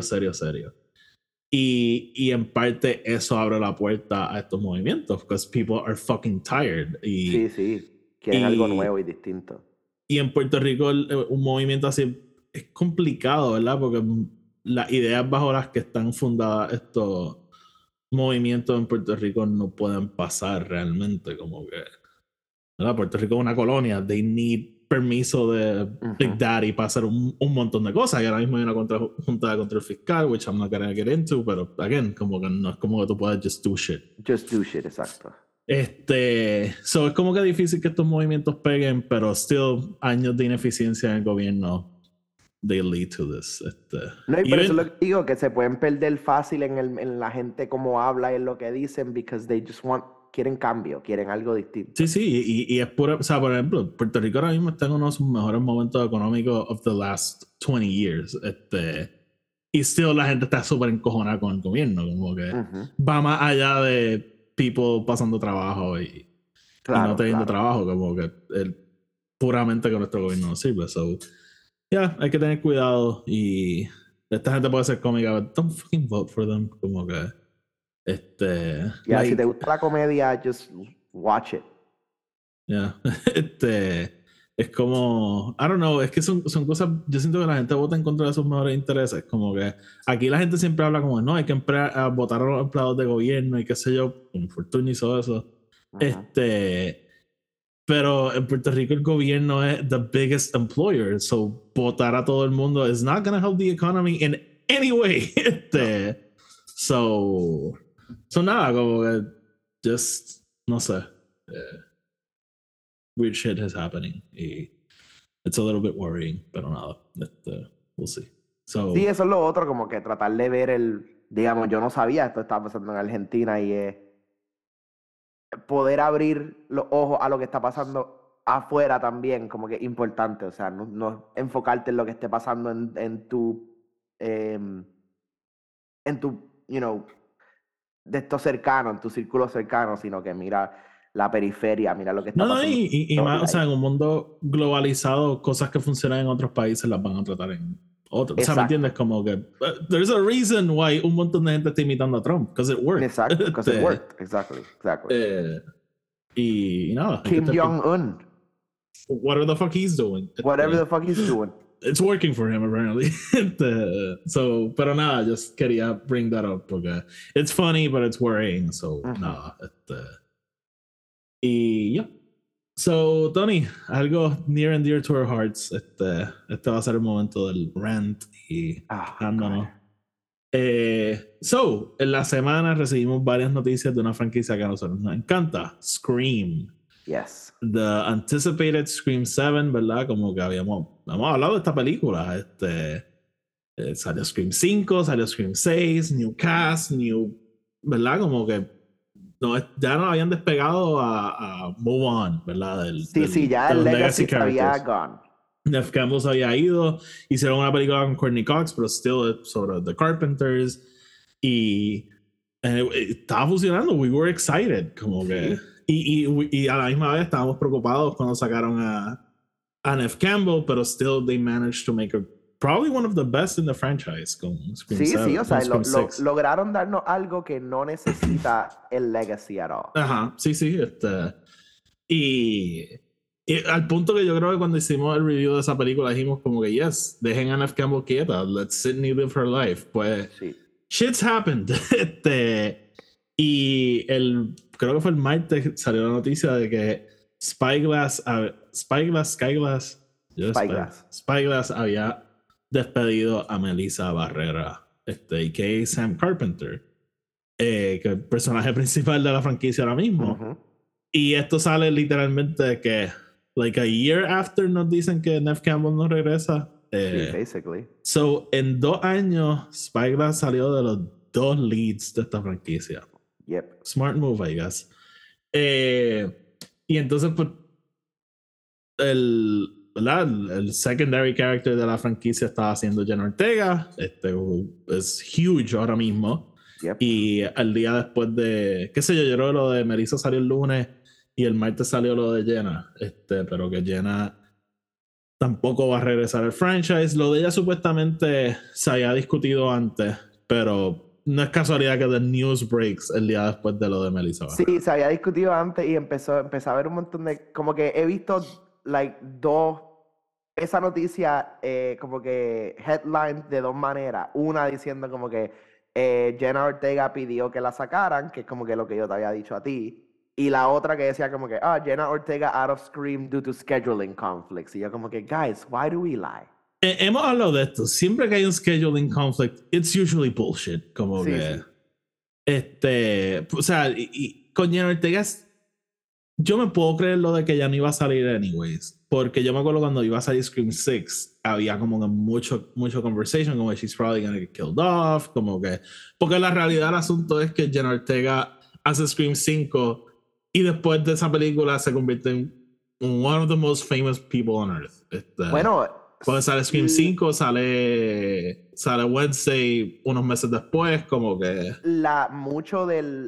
Y en parte eso abre la puerta a estos movimientos, because people are fucking tired. Sí. Quieren algo nuevo y distinto. Y en Puerto Rico un movimiento así es complicado, ¿verdad? Porque las ideas bajo las que están fundadas estos movimientos en Puerto Rico no pueden pasar realmente, como que, ¿verdad? Puerto Rico es una colonia, they need permiso de Big Daddy para hacer un montón de cosas, y ahora mismo hay una junta de control fiscal, which I'm not gonna get into, pero again, como que no es como que tú puedes just do shit. Just do shit, exacto. So es como que difícil que estos movimientos peguen, pero still años de ineficiencia en el gobierno they lead to this. No, y por eso lo que digo, que se pueden perder fácil en la gente como habla y en lo que dicen, because they just quieren cambio, quieren algo distinto. Sí, y es pura, o sea, por ejemplo, Puerto Rico ahora mismo está en uno de sus mejores momentos económicos of the last 20 years. Y still la gente está súper encojonada con el gobierno, como que va más allá de people pasando trabajo y no teniendo trabajo, como que puramente que nuestro gobierno no sirve. So, hay que tener cuidado, y esta gente puede ser cómica, but don't fucking vote for them, como que si te gusta la comedia, just watch it. Es como, I don't know, es que son cosas, yo siento que la gente vota en contra de sus mejores intereses, como que aquí la gente siempre habla como, no, hay que votar a los empleados de gobierno y qué sé yo, como Fortuny hizo eso. Pero en Puerto Rico el gobierno es the biggest employer, so votar a todo el mundo is not gonna help the economy in any way. So nada, como que just, no sé, weird shit is happening, y it's a little bit worrying, pero nada, we'll see. So, sí, eso es lo otro, como que tratar de ver digamos, yo no sabía esto estaba pasando en Argentina, y poder abrir los ojos a lo que está pasando afuera también, como que es importante, o sea, no enfocarte en lo que esté pasando en tu, you know, de estos cercanos, en tu círculo cercano, sino que mira la periferia, mira lo que está pasando. Y más, o sea, en un mundo globalizado, cosas que funcionan en otros países las van a tratar en otros. O sea, ¿me entiendes? Como que there's a reason why un montón de gente está imitando a Trump, because it worked. Exacto, because it worked, exactly. Y nada. Kim Jong-un. Whatever the fuck he's doing. Whatever the fuck he's doing. It's working for him, apparently. So, pero nada, just quería bring that up, porque it's funny, but it's worrying. So, nada. Y yeah. So, Tony, algo near and dear to our hearts. Este va a ser el momento del rant y dándonos. So, en la semana recibimos varias noticias de una franquicia que a nosotros nos encanta, Scream. Yes. The anticipated Scream 7, ¿verdad? Como que hemos hablado de esta película. Salió Scream 5, salió Scream 6, new cast, ¿verdad? Como que ya no habían despegado a Move On, ¿verdad? Ya el Legacy había gone. Neve Campbell se había ido, hicieron una película con Courtney Cox, pero still sobre The Carpenters, y estaba funcionando. We were excited, como que y a la misma vez estábamos preocupados cuando sacaron a Neve Campbell, pero still they managed to make her probably one of the best in the franchise con Scream 7, o sea, lograron darnos algo que no necesita el Legacy at all. Ajá, sí, y al punto que yo creo que cuando hicimos el review de esa película dijimos como que yes, dejen a Neve Campbell quieta, let Sydney live her life. Pues shit's happened. Y creo que fue el martes salió la noticia de que Spyglass había despedido a Melissa Barrera, y que Sam Carpenter, que es el personaje principal de la franquicia ahora mismo. Y esto sale literalmente que like a year after nos dicen que Neve Campbell no regresa. Basically. So, en 2 años, Spyglass salió de los 2 leads de esta franquicia. Yep. Smart move, I guess. Y entonces, pues, el secondary character de la franquicia estaba haciendo Jenna Ortega. Es huge ahora mismo. Yep. Y al día después de, qué sé yo creo que lo de Melissa salió el lunes y el martes salió lo de Jenna. Pero que Jenna tampoco va a regresar al franchise. Lo de ella supuestamente se había discutido antes, pero no es casualidad que the news breaks el día después de lo de Melissa. Sí, se había discutido antes y empezó a haber un montón de... Como que he visto like 2 esa noticia como que headline de dos maneras. Una diciendo como que Jenna Ortega pidió que la sacaran, que es como que lo que yo te había dicho a ti. Y la otra que decía como que, Jenna Ortega out of Scream due to scheduling conflicts. Y yo como que, guys, why do we lie? Hemos hablado de esto. Siempre que hay un scheduling conflict, it's usually bullshit. Como Sí, que... sí. O sea, y con Jenna Ortega yo me puedo creer lo de que ya no iba a salir anyways. Porque yo me acuerdo cuando iba a salir Scream 6, había como que mucho conversation, como que she's probably gonna get killed off, como que... Porque la realidad del asunto es que Jenna Ortega hace Scream 5 y después de esa película se convierte en one of the most famous people on earth. Bueno, Cuando sale Scream 5, sale Wednesday unos meses después, como que... mucho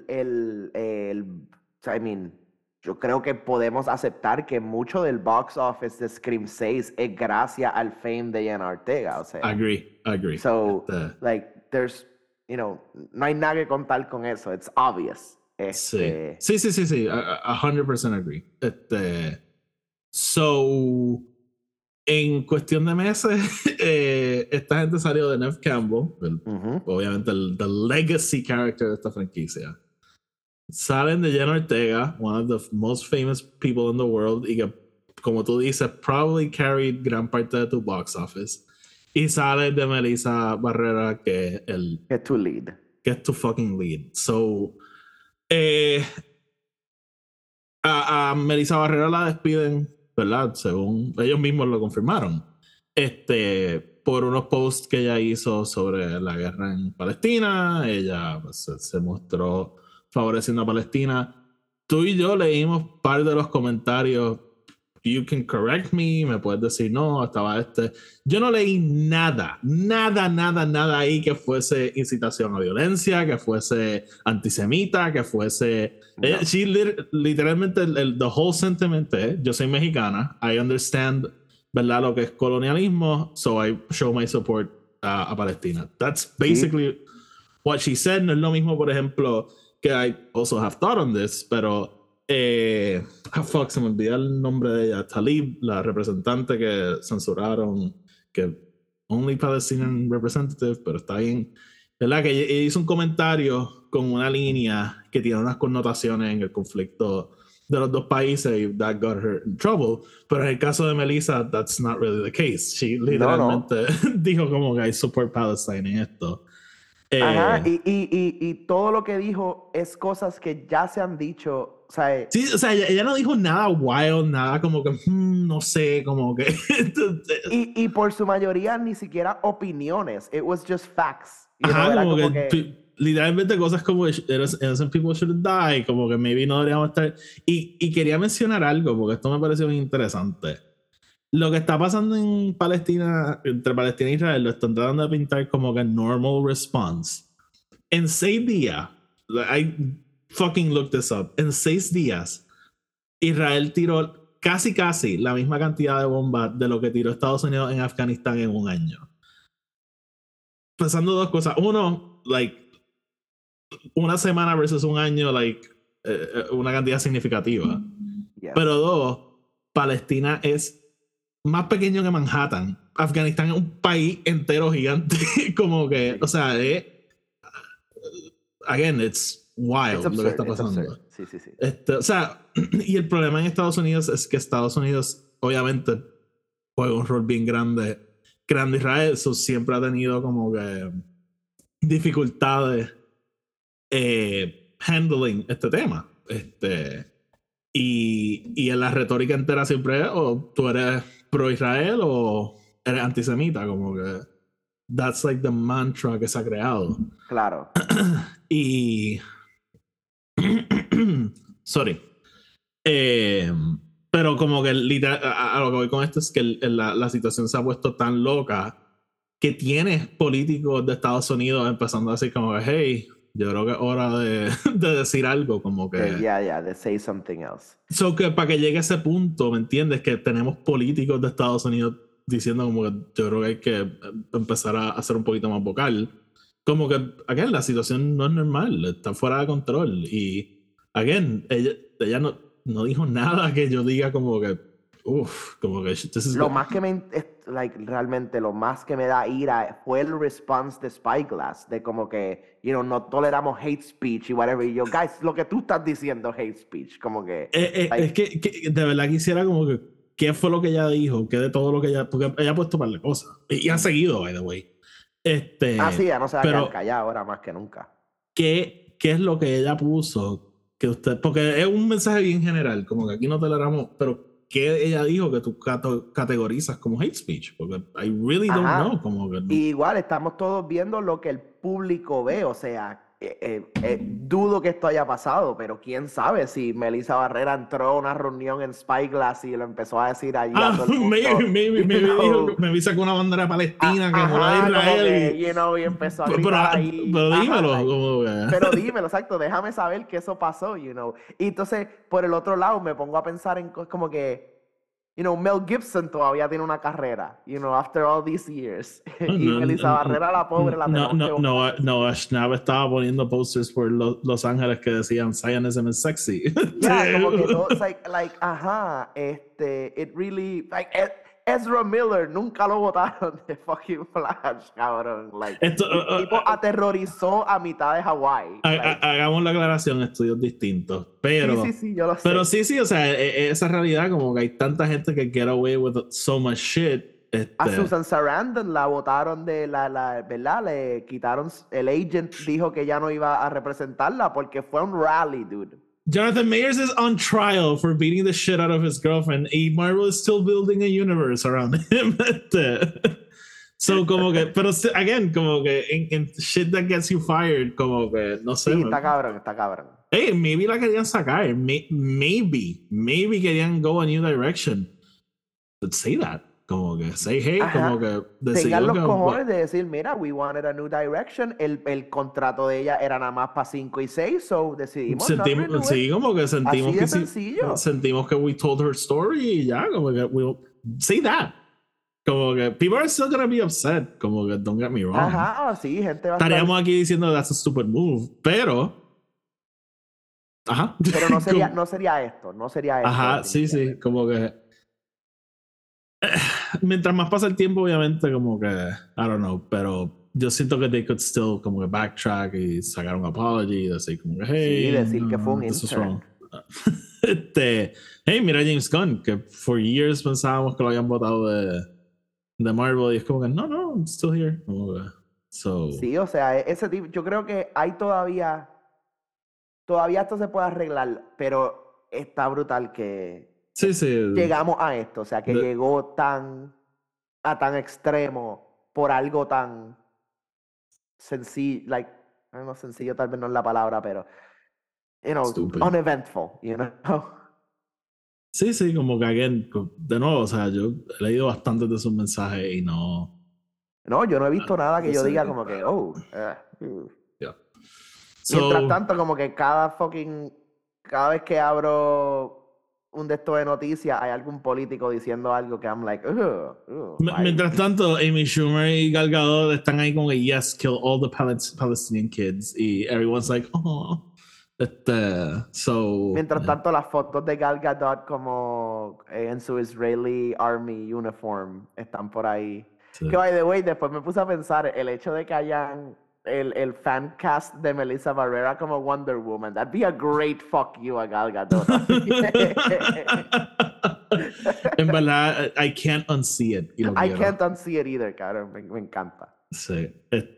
I mean, yo creo que podemos aceptar que mucho del box office de Scream 6 es gracias al fame de Jenna Ortega, o sea. Agree. So, like, there's, no hay nada que contar con eso, it's obvious. Sí, 100% agree. So, en cuestión de meses, esta gente salió de Neve Campbell, obviamente the legacy character de esta franquicia. Salen de Jenna Ortega, one of the most famous people in the world, y que, como tú dices, probably carried gran parte de tu box office. Y salen de Melissa Barrera, que es tu lead. Que es tu fucking lead. So, a Melissa Barrera la despiden, ¿verdad? Según ellos mismos lo confirmaron. Por unos posts que ella hizo sobre la guerra en Palestina. Ella pues, se mostró favoreciendo a Palestina. Tú y yo leímos parte de los comentarios. You can correct me, me puedes decir no, estaba Yo no leí nada ahí que fuese incitación a violencia, que fuese antisemita, que fuese... No. Literalmente the whole sentiment es, yo soy mexicana, I understand, ¿verdad? Lo que es colonialismo, so I show my support a Palestina. That's basically what she said. No es lo mismo, por ejemplo, que I also have thought on this, pero fuck, se me olvidó el nombre de ella. Talib, la representante que censuraron, que only Palestinian representative, pero está bien. ¿Verdad? Que ella hizo un comentario con una línea que tiene unas connotaciones en el conflicto de los dos países y that got her in trouble. Pero en el caso de Melissa, that's not really the case. She literalmente dijo como que I support Palestine en esto. Ajá, y todo lo que dijo es cosas que ya se han dicho, o sea... Sí, o sea, ella no dijo nada wild, nada como que, no sé, como que... y por su mayoría ni siquiera opiniones, it was just facts. Ajá, como que literalmente cosas como innocent people shouldn't die, como que maybe no deberíamos estar... Y quería mencionar algo, porque esto me pareció muy interesante. Lo que está pasando en Palestina, entre Palestina e Israel, lo están tratando de pintar como que normal response. En 6 días, I fucking looked this up, en 6 días, Israel tiró casi la misma cantidad de bombas de lo que tiró Estados Unidos en Afganistán en un año. Pensando dos cosas. Uno, like, una semana versus un año, like, una cantidad significativa. Yes. Pero dos, Palestina es más pequeño que Manhattan. Afganistán es un país entero gigante. Como que, o sea, again, it's wild lo que está pasando. Sí. O sea, y el problema en Estados Unidos es que Estados Unidos, obviamente, juega un rol bien grande Israel. Eso siempre ha tenido como que dificultades handling este tema. Y en la retórica entera siempre es o tú eres pro Israel o eres antisemita, como que that's like the mantra que se ha creado. Claro. Y sorry, pero como que a lo que voy con esto es que la situación se ha puesto tan loca que tienes políticos de Estados Unidos empezando a decir como que hey, yo creo que es hora de decir algo, como que... de say something else. So que para que llegue a ese punto, ¿me entiendes? Que tenemos políticos de Estados Unidos diciendo como que yo creo que hay que empezar a ser un poquito más vocal. Como que, again, la situación no es normal, está fuera de control. Y, again, ella no dijo nada que yo diga como que como que Lo más que realmente lo más que me da ira fue el response de Spyglass, de como que, no toleramos hate speech y whatever. Y yo, guys, lo que tú estás diciendo hate speech, como que... es que de verdad quisiera como que, ¿qué fue lo que ella dijo? ¿Qué de todo lo que ella, porque ella ha puesto para la cosa? Y ha seguido, by the way. Sí, ya no se va a pero, quedar callada ahora más que nunca. ¿qué es lo que ella puso? Que usted, porque es un mensaje bien general, como que aquí no toleramos, pero ¿qué ella dijo que tú categorizas como hate speech? Porque I really don't know. Como que no. Y igual estamos todos viendo lo que el público ve, o sea, dudo que esto haya pasado, pero quién sabe si Melissa Barrera entró a una reunión en Spyglass y lo empezó a decir allí a todo el mundo. Maybe dijo que me sacó una bandera palestina que mola a Israel y empezó a gritar ahí. Pero dímelo, pero dímelo, exacto, déjame saber que eso pasó, Y entonces, por el otro lado, me pongo a pensar en cosas como que, Mel Gibson todavía tiene una carrera, after all these years. Y Melissa Barrera, la pobre, la tenemos que buscar. No, Schnapp estaba poniendo posters por Los Ángeles que decían Zionism is sexy. Como que todo, it really, Ezra Miller nunca lo votaron de fucking Flash, cabrón. El tipo aterrorizó a mitad de Hawái. Hagamos la aclaración, estudios distintos. Pero, sí, yo lo sé. Pero sí, o sea, esa realidad, como que hay tanta gente que get away with so much shit. A Susan Sarandon la votaron de ¿verdad? Le quitaron, el agent dijo que ya no iba a representarla porque fue un rally, dude. Jonathan Mayers is on trial for beating the shit out of his girlfriend. Y Marvel is still building a universe around him. So, como que, pero again, como que en shit that gets you fired, como que, no sé. Sí, está cabrón. Hey, maybe la querían sacar. Maybe querían go a new direction. But say that. Como que, say hey, como que... Tengan los cojones de decir, mira, we wanted a new direction. El contrato de ella era nada más para 5 y 6, so decidimos sí, como que sentimos así de que sencillo. Sentimos que we told her story y ya, como que we'll say that. Como que people are still gonna be upset, como que don't get me wrong. Sí, gente va a estaríamos aquí diciendo that's a stupid move, pero pero no sería esto. Sí, como que mientras más pasa el tiempo, obviamente, como que I don't know, pero yo siento que they could still como que backtrack y sacar un apology y decir como que hey, sí, decir que fue un intern. Hey, mira James Gunn, que for years pensábamos que lo habían votado de Marvel y es como que no, I'm still here. Sí, o sea, ese tipo, yo creo que hay todavía esto se puede arreglar, pero está brutal que sí, llegamos a esto, o sea, que llegó tan extremo por algo tan sencillo, no sencillo tal vez no es la palabra, pero uneventful, Sí, como que again, de nuevo, o sea, yo he leído bastantes de sus mensajes y no, yo no he visto nada que yo diga como que yeah. Mientras tanto, como que cada vez que abro un de estos de noticias, hay algún político diciendo algo que I'm like, mientras tanto, Amy Schumer y Gal Gadot están ahí como que yes, kill all the Palestinian kids y everyone's like, oh. Mientras tanto, las fotos de Gal Gadot como en su Israeli Army uniform están por ahí. Sí. Que by the way, después me puse a pensar el hecho de que hayan el fan cast de Melissa Barrera como Wonder Woman. That'd be a great fuck you a Gal Gadot. En verdad, I can't unsee it. I can't unsee it either, cabrón. Me encanta. Sí,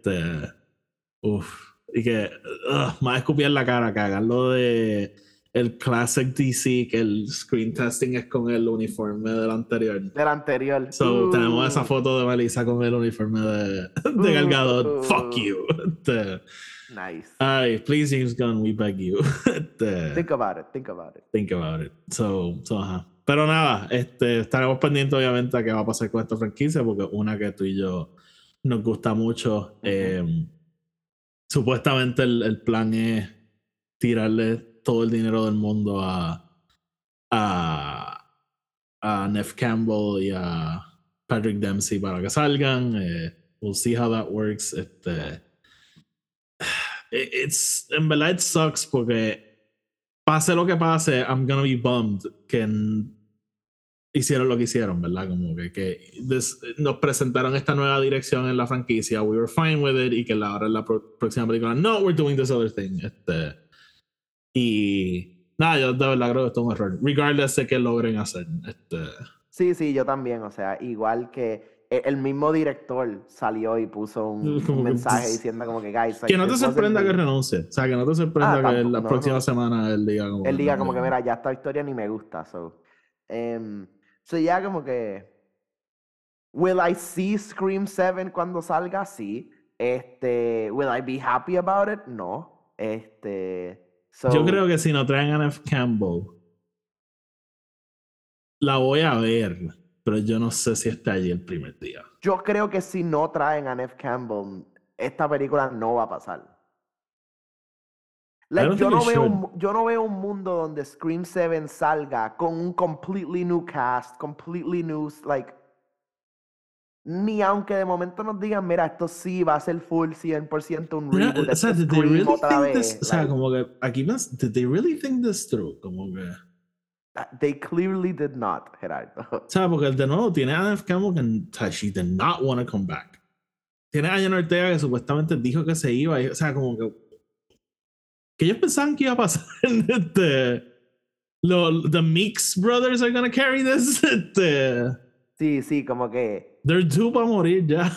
y que más escupir en la cara, cagarlo de el classic DC, que el screen testing es con el uniforme del anterior. So, tenemos esa foto de Melissa con el uniforme de Gal Gadot. Fuck you. Nice. Ay, please, James Gunn, we beg you. Think about it. So, pero nada, estaremos pendientes obviamente a qué va a pasar con esta franquicia, porque una que tú y yo nos gusta mucho. Supuestamente el plan es tirarle todo el dinero del mundo a Neve Campbell y a Patrick Dempsey para que salgan. We'll see how that works. En verdad it sucks porque pase lo que pase, I'm gonna be bummed que hicieron lo que hicieron, ¿verdad? Como que nos presentaron esta nueva dirección en la franquicia, we were fine with it, y que ahora en la próxima película, no, we're doing this other thing. Y nada, yo de verdad creo que esto es un error, regardless de qué logren hacer. Sí, yo también, o sea, igual que el mismo director salió y puso un mensaje diciendo como que, guys, que no te sorprenda que renuncie, o sea, que no te sorprenda que tampoco, la próxima semana él diga como que, mira, ya esta historia ni me gusta, so ya como que, will I see Scream 7 cuando salga? Sí. Will I be happy about it? No. Yo creo que si no traen a Neve Campbell, la voy a ver, pero yo no sé si está allí el primer día. Yo creo que si no traen a Neve Campbell, esta película no va a pasar. Like, yo no veo un mundo donde Scream 7 salga con un completely new cast, completely new, like, ni aunque de momento nos digan, mira, esto sí va a ser full 100% un reboot. O sea, did they really think this? O sea, como que aquí did they really think this through? Como que... They clearly did not, Gerardo. O sea, porque de nuevo tiene a Neve Campbell que she did not want to come back. Tiene a Jan Ortega que supuestamente dijo que se iba. O sea, como que ellos pensaban que iba a pasar. The Meeks brothers are gonna carry this. Sí, como que... They're due para morir ya.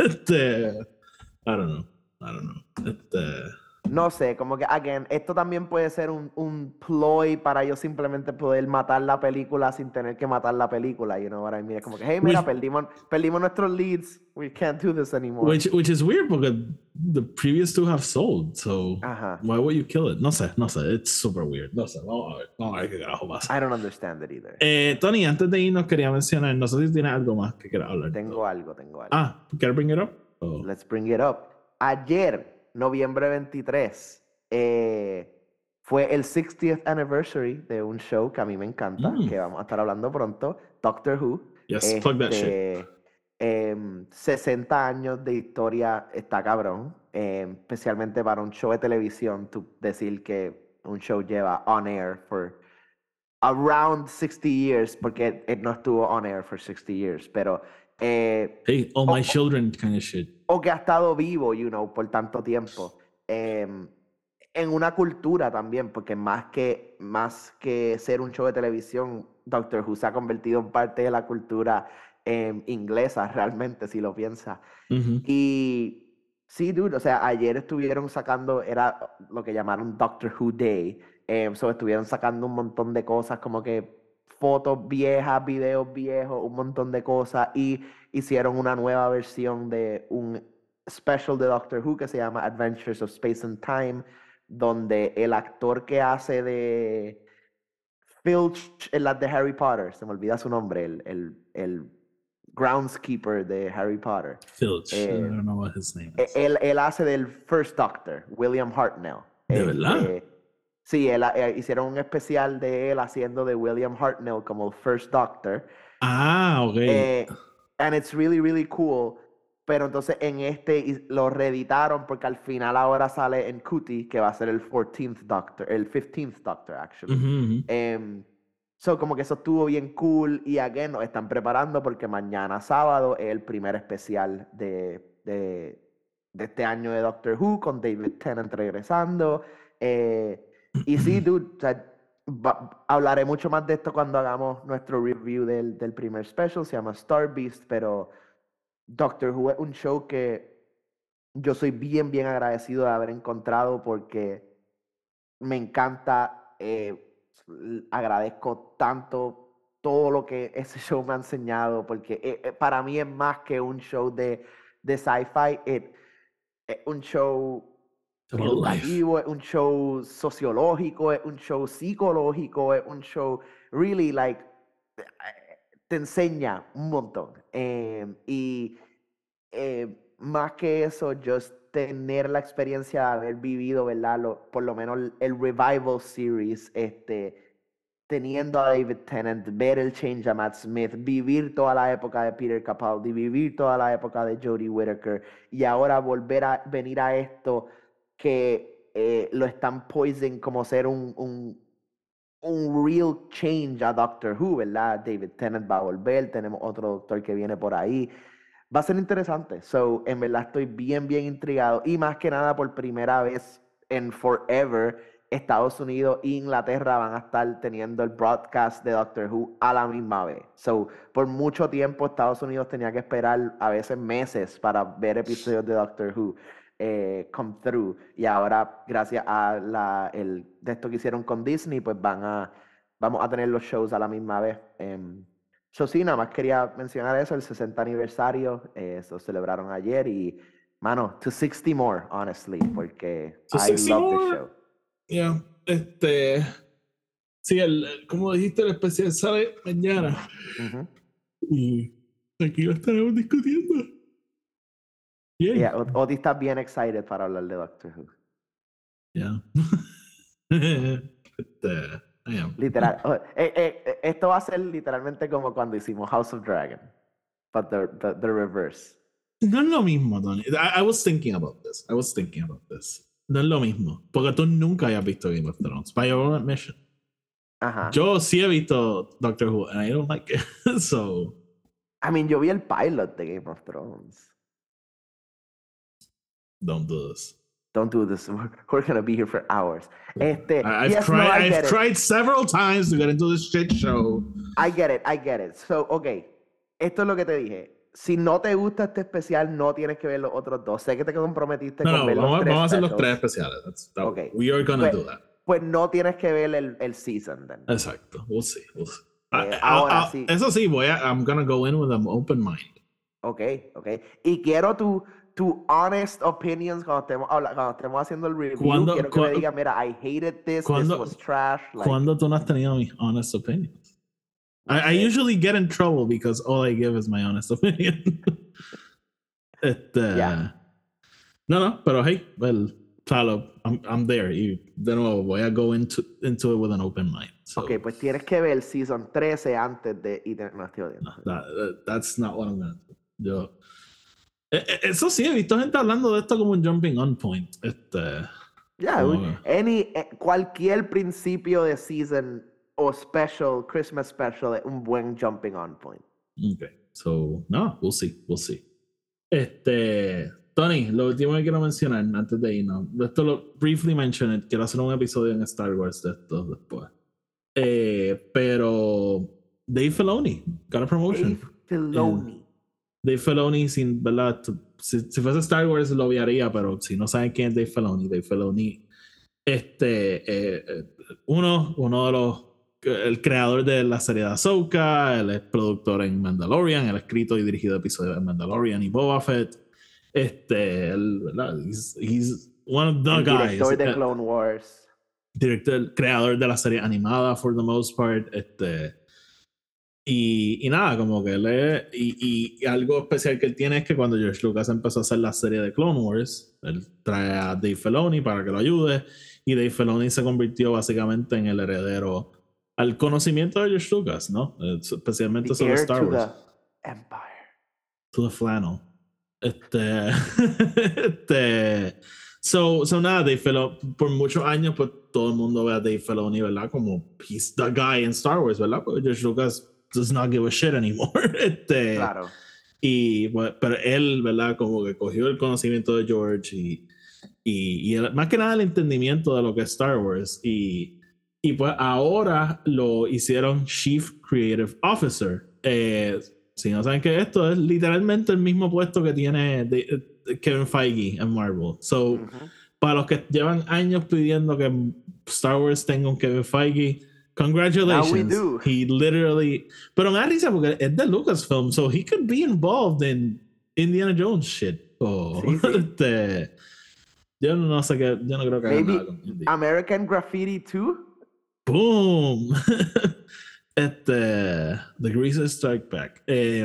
I don't know. No sé, como que, again, esto también puede ser un ploy para ellos simplemente poder matar la película sin tener que matar la película, you know what I mean? Es como que, hey, mira, perdimos nuestros leads, we can't do this anymore. Which is weird porque the previous two have sold, so why would you kill it? No sé, it's super weird. No sé, vamos a ver qué carajo pasa. I don't understand it either. Tony, antes de irnos quería mencionar, no sé si tienes algo más que quieras hablar. Tengo algo. ¿Quieres bring it up? Let's bring it up. Ayer, noviembre 23, fue el 60th anniversary de un show que a mí me encanta, que vamos a estar hablando pronto, Doctor Who. Yes, plug that shit. 60 años de historia está cabrón, especialmente para un show de televisión, tú decir que un show lleva on air for around 60 years, porque no estuvo on air for 60 years, pero... hey, all my children kind of shit. O que ha estado vivo, por tanto tiempo. En una cultura también, porque más que ser un show de televisión, Doctor Who se ha convertido en parte de la cultura inglesa, realmente, si lo piensas. Y sí, dude, o sea, ayer estuvieron sacando, era lo que llamaron Doctor Who Day, estuvieron sacando un montón de cosas, como que fotos viejas, videos viejos, un montón de cosas, y hicieron una nueva versión de un special de Doctor Who que se llama Adventures of Space and Time, donde el actor que hace de Filch en las de Harry Potter, se me olvida su nombre, el groundskeeper de Harry Potter. Filch, I don't know what his name is. Él hace del First Doctor, William Hartnell. ¿De verdad? Sí, hicieron un especial de él haciendo de William Hartnell como el First Doctor. Ok. And it's really, really cool. Pero entonces en lo reeditaron porque al final ahora sale en Cutie, que va a ser el 14th Doctor, el 15th Doctor, actually. So como que eso estuvo bien cool. Y again, nos están preparando porque mañana sábado es el primer especial de este año de Doctor Who, con David Tennant regresando. Y sí, dude, o sea, hablaré mucho más de esto cuando hagamos nuestro review del primer special, se llama Star Beast, pero Doctor Who es un show que yo soy bien, bien agradecido de haber encontrado porque me encanta, agradezco tanto todo lo que ese show me ha enseñado, porque para mí es más que un show de sci-fi, es un show educativo, es un show sociológico, es un show psicológico, es un show really like te enseña un montón. Y más que eso, just tener la experiencia de haber vivido, ¿verdad? Por lo menos el Revival Series, teniendo a David Tennant, ver el change a Matt Smith, vivir toda la época de Peter Capaldi, vivir toda la época de Jodie Whittaker, y ahora venir a esto que lo están poising como ser un un real change a Doctor Who, ¿verdad? David Tennant va a volver, tenemos otro doctor que viene por ahí. Va a ser interesante. So, en verdad estoy bien intrigado. Y más que nada, por primera vez en forever, Estados Unidos e Inglaterra van a estar teniendo el broadcast de Doctor Who a la misma vez. So, por mucho tiempo Estados Unidos tenía que esperar a veces meses para ver episodios de Doctor Who come through. Y ahora, gracias a de esto que hicieron con Disney, pues vamos a tener los shows a la misma vez. So, sí, nada más quería mencionar eso, el 60 aniversario, eso celebraron ayer y, mano, to 60 more, honestly, porque I love the show. Yeah, sí, como dijiste, el especial sale mañana. Uh-huh. Y aquí lo estaremos discutiendo. Yeah, Oti está bien excited para hablar de Doctor Who. Yeah. I am. Literal. Esto va a ser literalmente como cuando hicimos House of Dragon. But the reverse. No es lo mismo, Tony. I was thinking about this. No es lo mismo. Porque tú nunca hayas visto Game of Thrones. By your own admission. Ajá. Yo sí he visto Doctor Who and I don't like it. So. I mean, yo vi el pilot de Game of Thrones. Don't do this. Don't do this. We're going to be here for hours. I've tried several times to get into this shit show. I get it. So, okay. Esto es lo que te dije. Si no te gusta este especial, no tienes que ver los otros dos. Sé que te comprometiste con ver los tres. Vamos a hacer los tres especiales. Okay. We are going to do that. Pues no tienes que ver el season, then. Exacto. We'll see. Ahora sí. Eso sí, I'm going to go in with an open mind. Okay. Y quiero tu honest opinions cuando estemos haciendo el review. Quiero que me digas, mira, I hated this was trash. ¿Cuándo tú no has tenido mis honest opinions? I usually get in trouble because all I give is my honest opinion. Yeah. No, pero hey, well, claro, I'm there. Y de nuevo, voy a go into it with an open mind. So, okay, pues tienes que ver Season 13 antes de... No estoy odiando. That's not what I'm going to do. Eso sí, he visto gente hablando de esto como un jumping on point. Cualquier principio de season o special, Christmas special, es un buen jumping on point. Okay, so, no, we'll see. Tony, lo último que quiero mencionar antes de irnos, esto lo briefly mentioned, quiero hacer un episodio en Star Wars de esto después. Pero Dave Filoni got a promotion. Dave Filoni, sin verdad, si fuese Star Wars lo obviaría, pero si no saben quién es Dave Filoni, uno de los, el creador de la serie de Ahsoka, él es productor en Mandalorian, él ha escrito y dirigido episodios de Mandalorian y Boba Fett. He's one of the guys. Director de Clone Wars. Creador de la serie animada, for the most part. Y nada, como que él es, y algo especial que él tiene es que cuando George Lucas empezó a hacer la serie de Clone Wars, él trae a Dave Filoni para que lo ayude, y Dave Filoni se convirtió básicamente en el heredero al conocimiento de George Lucas, ¿no? Especialmente sobre Star Wars. To the Empire. To the flannel. So nada, Dave Filoni, por muchos años, pues todo el mundo ve a Dave Filoni, ¿verdad? Como he's the guy in Star Wars, ¿verdad? Porque George Lucas does not give a shit anymore. Claro. Y, bueno, pero él, ¿verdad? Como que cogió el conocimiento de George y más que nada el entendimiento de lo que es Star Wars. Y pues ahora lo hicieron Chief Creative Officer. Si no saben que esto es literalmente el mismo puesto que tiene Kevin Feige en Marvel. So, para los que llevan años pidiendo que Star Wars tenga un Kevin Feige, congratulations. Now we do. He literally... Pero me da risa porque es de Lucasfilm, so he could be involved in Indiana Jones shit. Sí. Yo no sé qué... Yo no creo que Maybe haga nada con Indiana. American Graffiti 2? Boom! The Greaser Strike Back.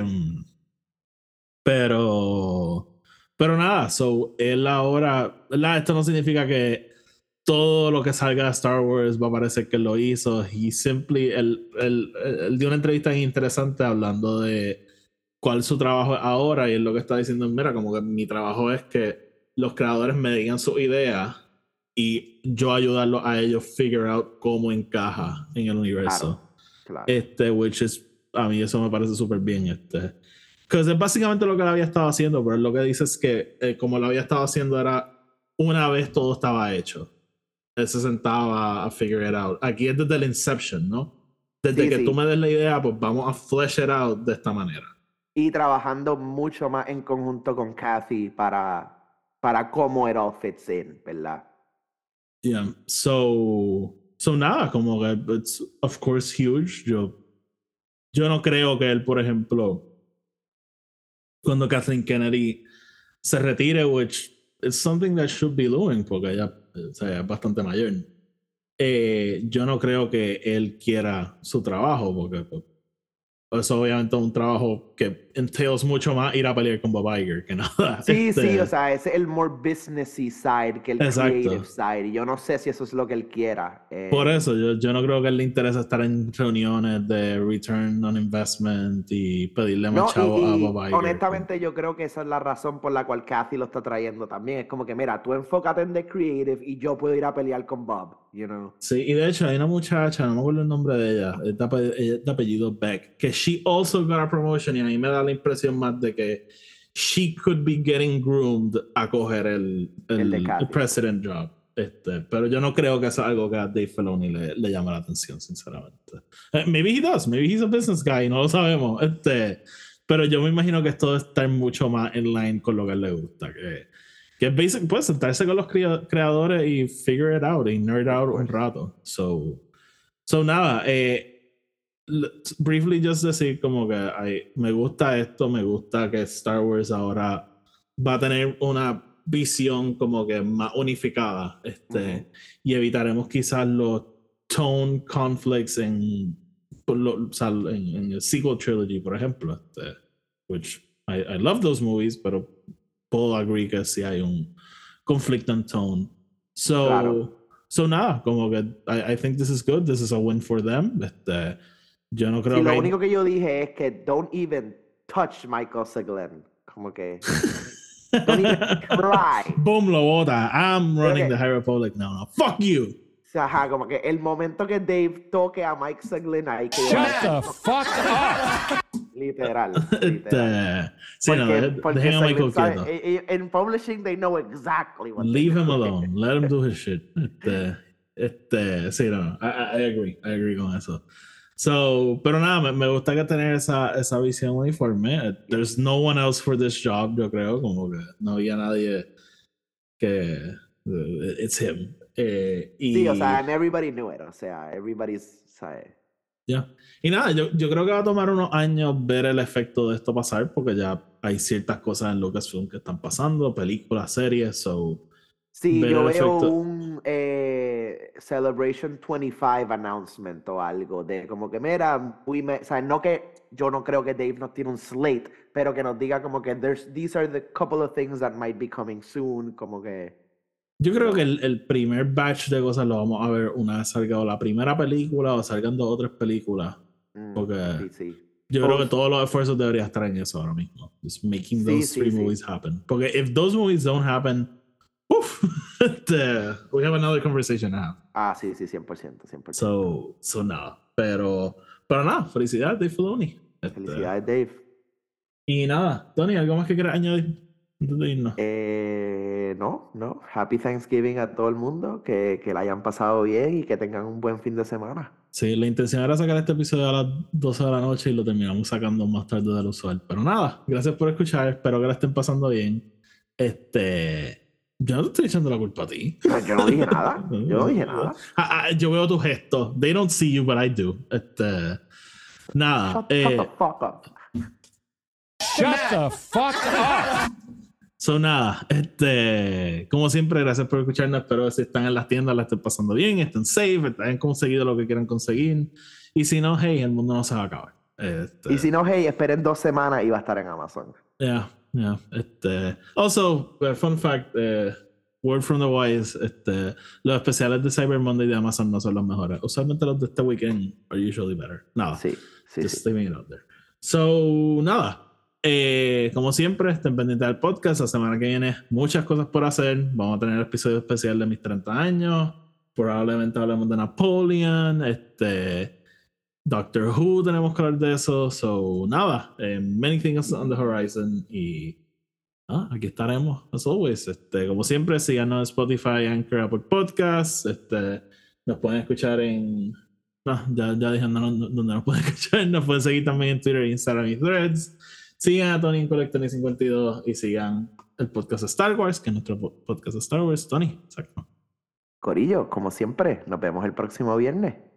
Pero nada, so él ahora, ¿verdad? Esto no significa que todo lo que salga de Star Wars va a parecer que él lo hizo. He simply, él dio una entrevista interesante hablando de cuál es su trabajo ahora, y él lo que está diciendo, mira, como que mi trabajo es que los creadores me digan sus ideas y yo ayudarlo a ellos figure out cómo encaja en el universo. Claro. Which is, a mí eso me parece súper bien. Que es básicamente lo que él había estado haciendo, pero lo que dice es que como lo había estado haciendo era una vez todo estaba hecho. Él se sentaba a figure it out. Aquí es desde el inception, ¿no? Desde que tú me des la idea, pues vamos a flesh it out de esta manera. Y trabajando mucho más en conjunto con Kathy para cómo it all fits in, ¿verdad? Yeah. So nada, como que it's of course huge. Yo no creo que él, por ejemplo, cuando Kathleen Kennedy se retire, which is something that should be doing, porque ella, o sea, es bastante mayor. Yo no creo que él quiera su trabajo, porque eso obviamente es un trabajo que entails mucho más ir a pelear con Bob Iger que nada. Sí, o sea, es el more businessy side que el creative side. Y yo no sé si eso es lo que él quiera. Por eso, yo no creo que a él le interesa estar en reuniones de return on investment y pedirle más chavo a Bob Iger. Honestamente, yo creo que esa es la razón por la cual Kathy lo está trayendo también. Es como que, mira, tú enfócate en the creative y yo puedo ir a pelear con Bob, you know? Sí, y de hecho hay una muchacha, no me acuerdo el nombre de ella, es de apellido Beck, que she also got a promotion y a mí me da la impresión más de que she could be getting groomed a coger el president job. Pero yo no creo que eso es algo que a Dave Filoni le llame la atención, sinceramente. Maybe he does, maybe he's a business guy, no lo sabemos. Pero yo me imagino que esto está mucho más en line con lo que a él le gusta, que es basic, pues sentarse con los creadores y figure it out y nerd out un rato. So nada, briefly just decir como que me gusta esto, me gusta que Star Wars ahora va a tener una visión como que más unificada, y evitaremos quizás los tone conflicts en el sequel trilogy, por ejemplo, which I love those movies, pero puedo agree que sí hay un conflicto en tone. So nada, como que I think this is good, this is a win for them. Yo no creo que... lo único que yo dije es que don't even touch Michael C. Glenn. Como que... don't even try. Boom, lo bota. I'm running the High Republic now. No, fuck you. O sea, ajá, como que el momento que Dave toque a Mike Seguin ahí que Shut the fuck up. Literal. Sí, porque dejen a Michael quieto. En publishing they know exactly what leave him alone. Let him do his shit. Sí, no. I agree con eso. Pero nada, me gusta que tener esa visión uniforme. There's no one else for this job, yo creo, como que no había nadie que it's him. Sí, o sea, and everybody knew it, o sea, everybody's sabe. Yeah. Y nada, yo creo que va a tomar unos años ver el efecto de esto pasar, porque ya hay ciertas cosas en Lucasfilm que están pasando, películas, series, sí, yo veo un Celebration 25 announcement o algo de como que mira, o sea, no que yo no creo que Dave nos tiene un slate, pero que nos diga como que these are the couple of things that might be coming soon, como que yo creo que el primer batch de cosas lo vamos a ver una vez salga o la primera película o salgan 2 o 3 películas. Porque yo creo que todos los esfuerzos deberían estar en eso ahora mismo. Just making those 3 movies happen. Porque if those movies don't happen, we have another conversation now. Sí, 100%. So nada. Pero nada, felicidades Dave Filoni. Felicidades Dave. Y nada, Tony, ¿algo más que quieras añadir antes de irnos? No. Happy Thanksgiving a todo el mundo, que la hayan pasado bien y que tengan un buen fin de semana. Sí, la intención era sacar este episodio a las 12 de la noche y lo terminamos sacando más tarde del usual. Pero nada, gracias por escuchar, espero que la estén pasando bien. Yo no te estoy echando la culpa a ti. Yo no dije nada. Yo veo tus gestos. They don't see you, but I do. Nada. Shut the fuck up. Shut the fuck up. Nada, como siempre, gracias por escucharnos. Espero que si están en las tiendas la estén pasando bien, estén safe, hayan conseguido lo que quieran conseguir. Y si no, hey, el mundo no se va a acabar. Y si no, hey, esperen 2 semanas y va a estar en Amazon. Yeah. Also, fun fact, word from the wise, los especiales de Cyber Monday de Amazon no son los mejores. Usualmente los de este weekend are usually better. Nada. Sí. Just leaving it out there. So, nada. como siempre, estén pendientes del podcast. La semana que viene, muchas cosas por hacer. Vamos a tener el episodio especial de mis 30 años. Probablemente hablemos de Napoleon. Doctor Who, tenemos que hablar de eso. So, nada. Many things on the horizon. Y aquí estaremos, as always. Como siempre, síganos en Spotify, Anchor, Apple Podcasts. Nos pueden escuchar en... No, ya dije dónde nos pueden escuchar. Nos pueden seguir también en Twitter, Instagram y Threads. Sigan a Tony en Colectony52 y sigan el podcast de Star Wars, que es nuestro podcast de Star Wars. Tony, exacto. Corillo, como siempre, nos vemos el próximo viernes.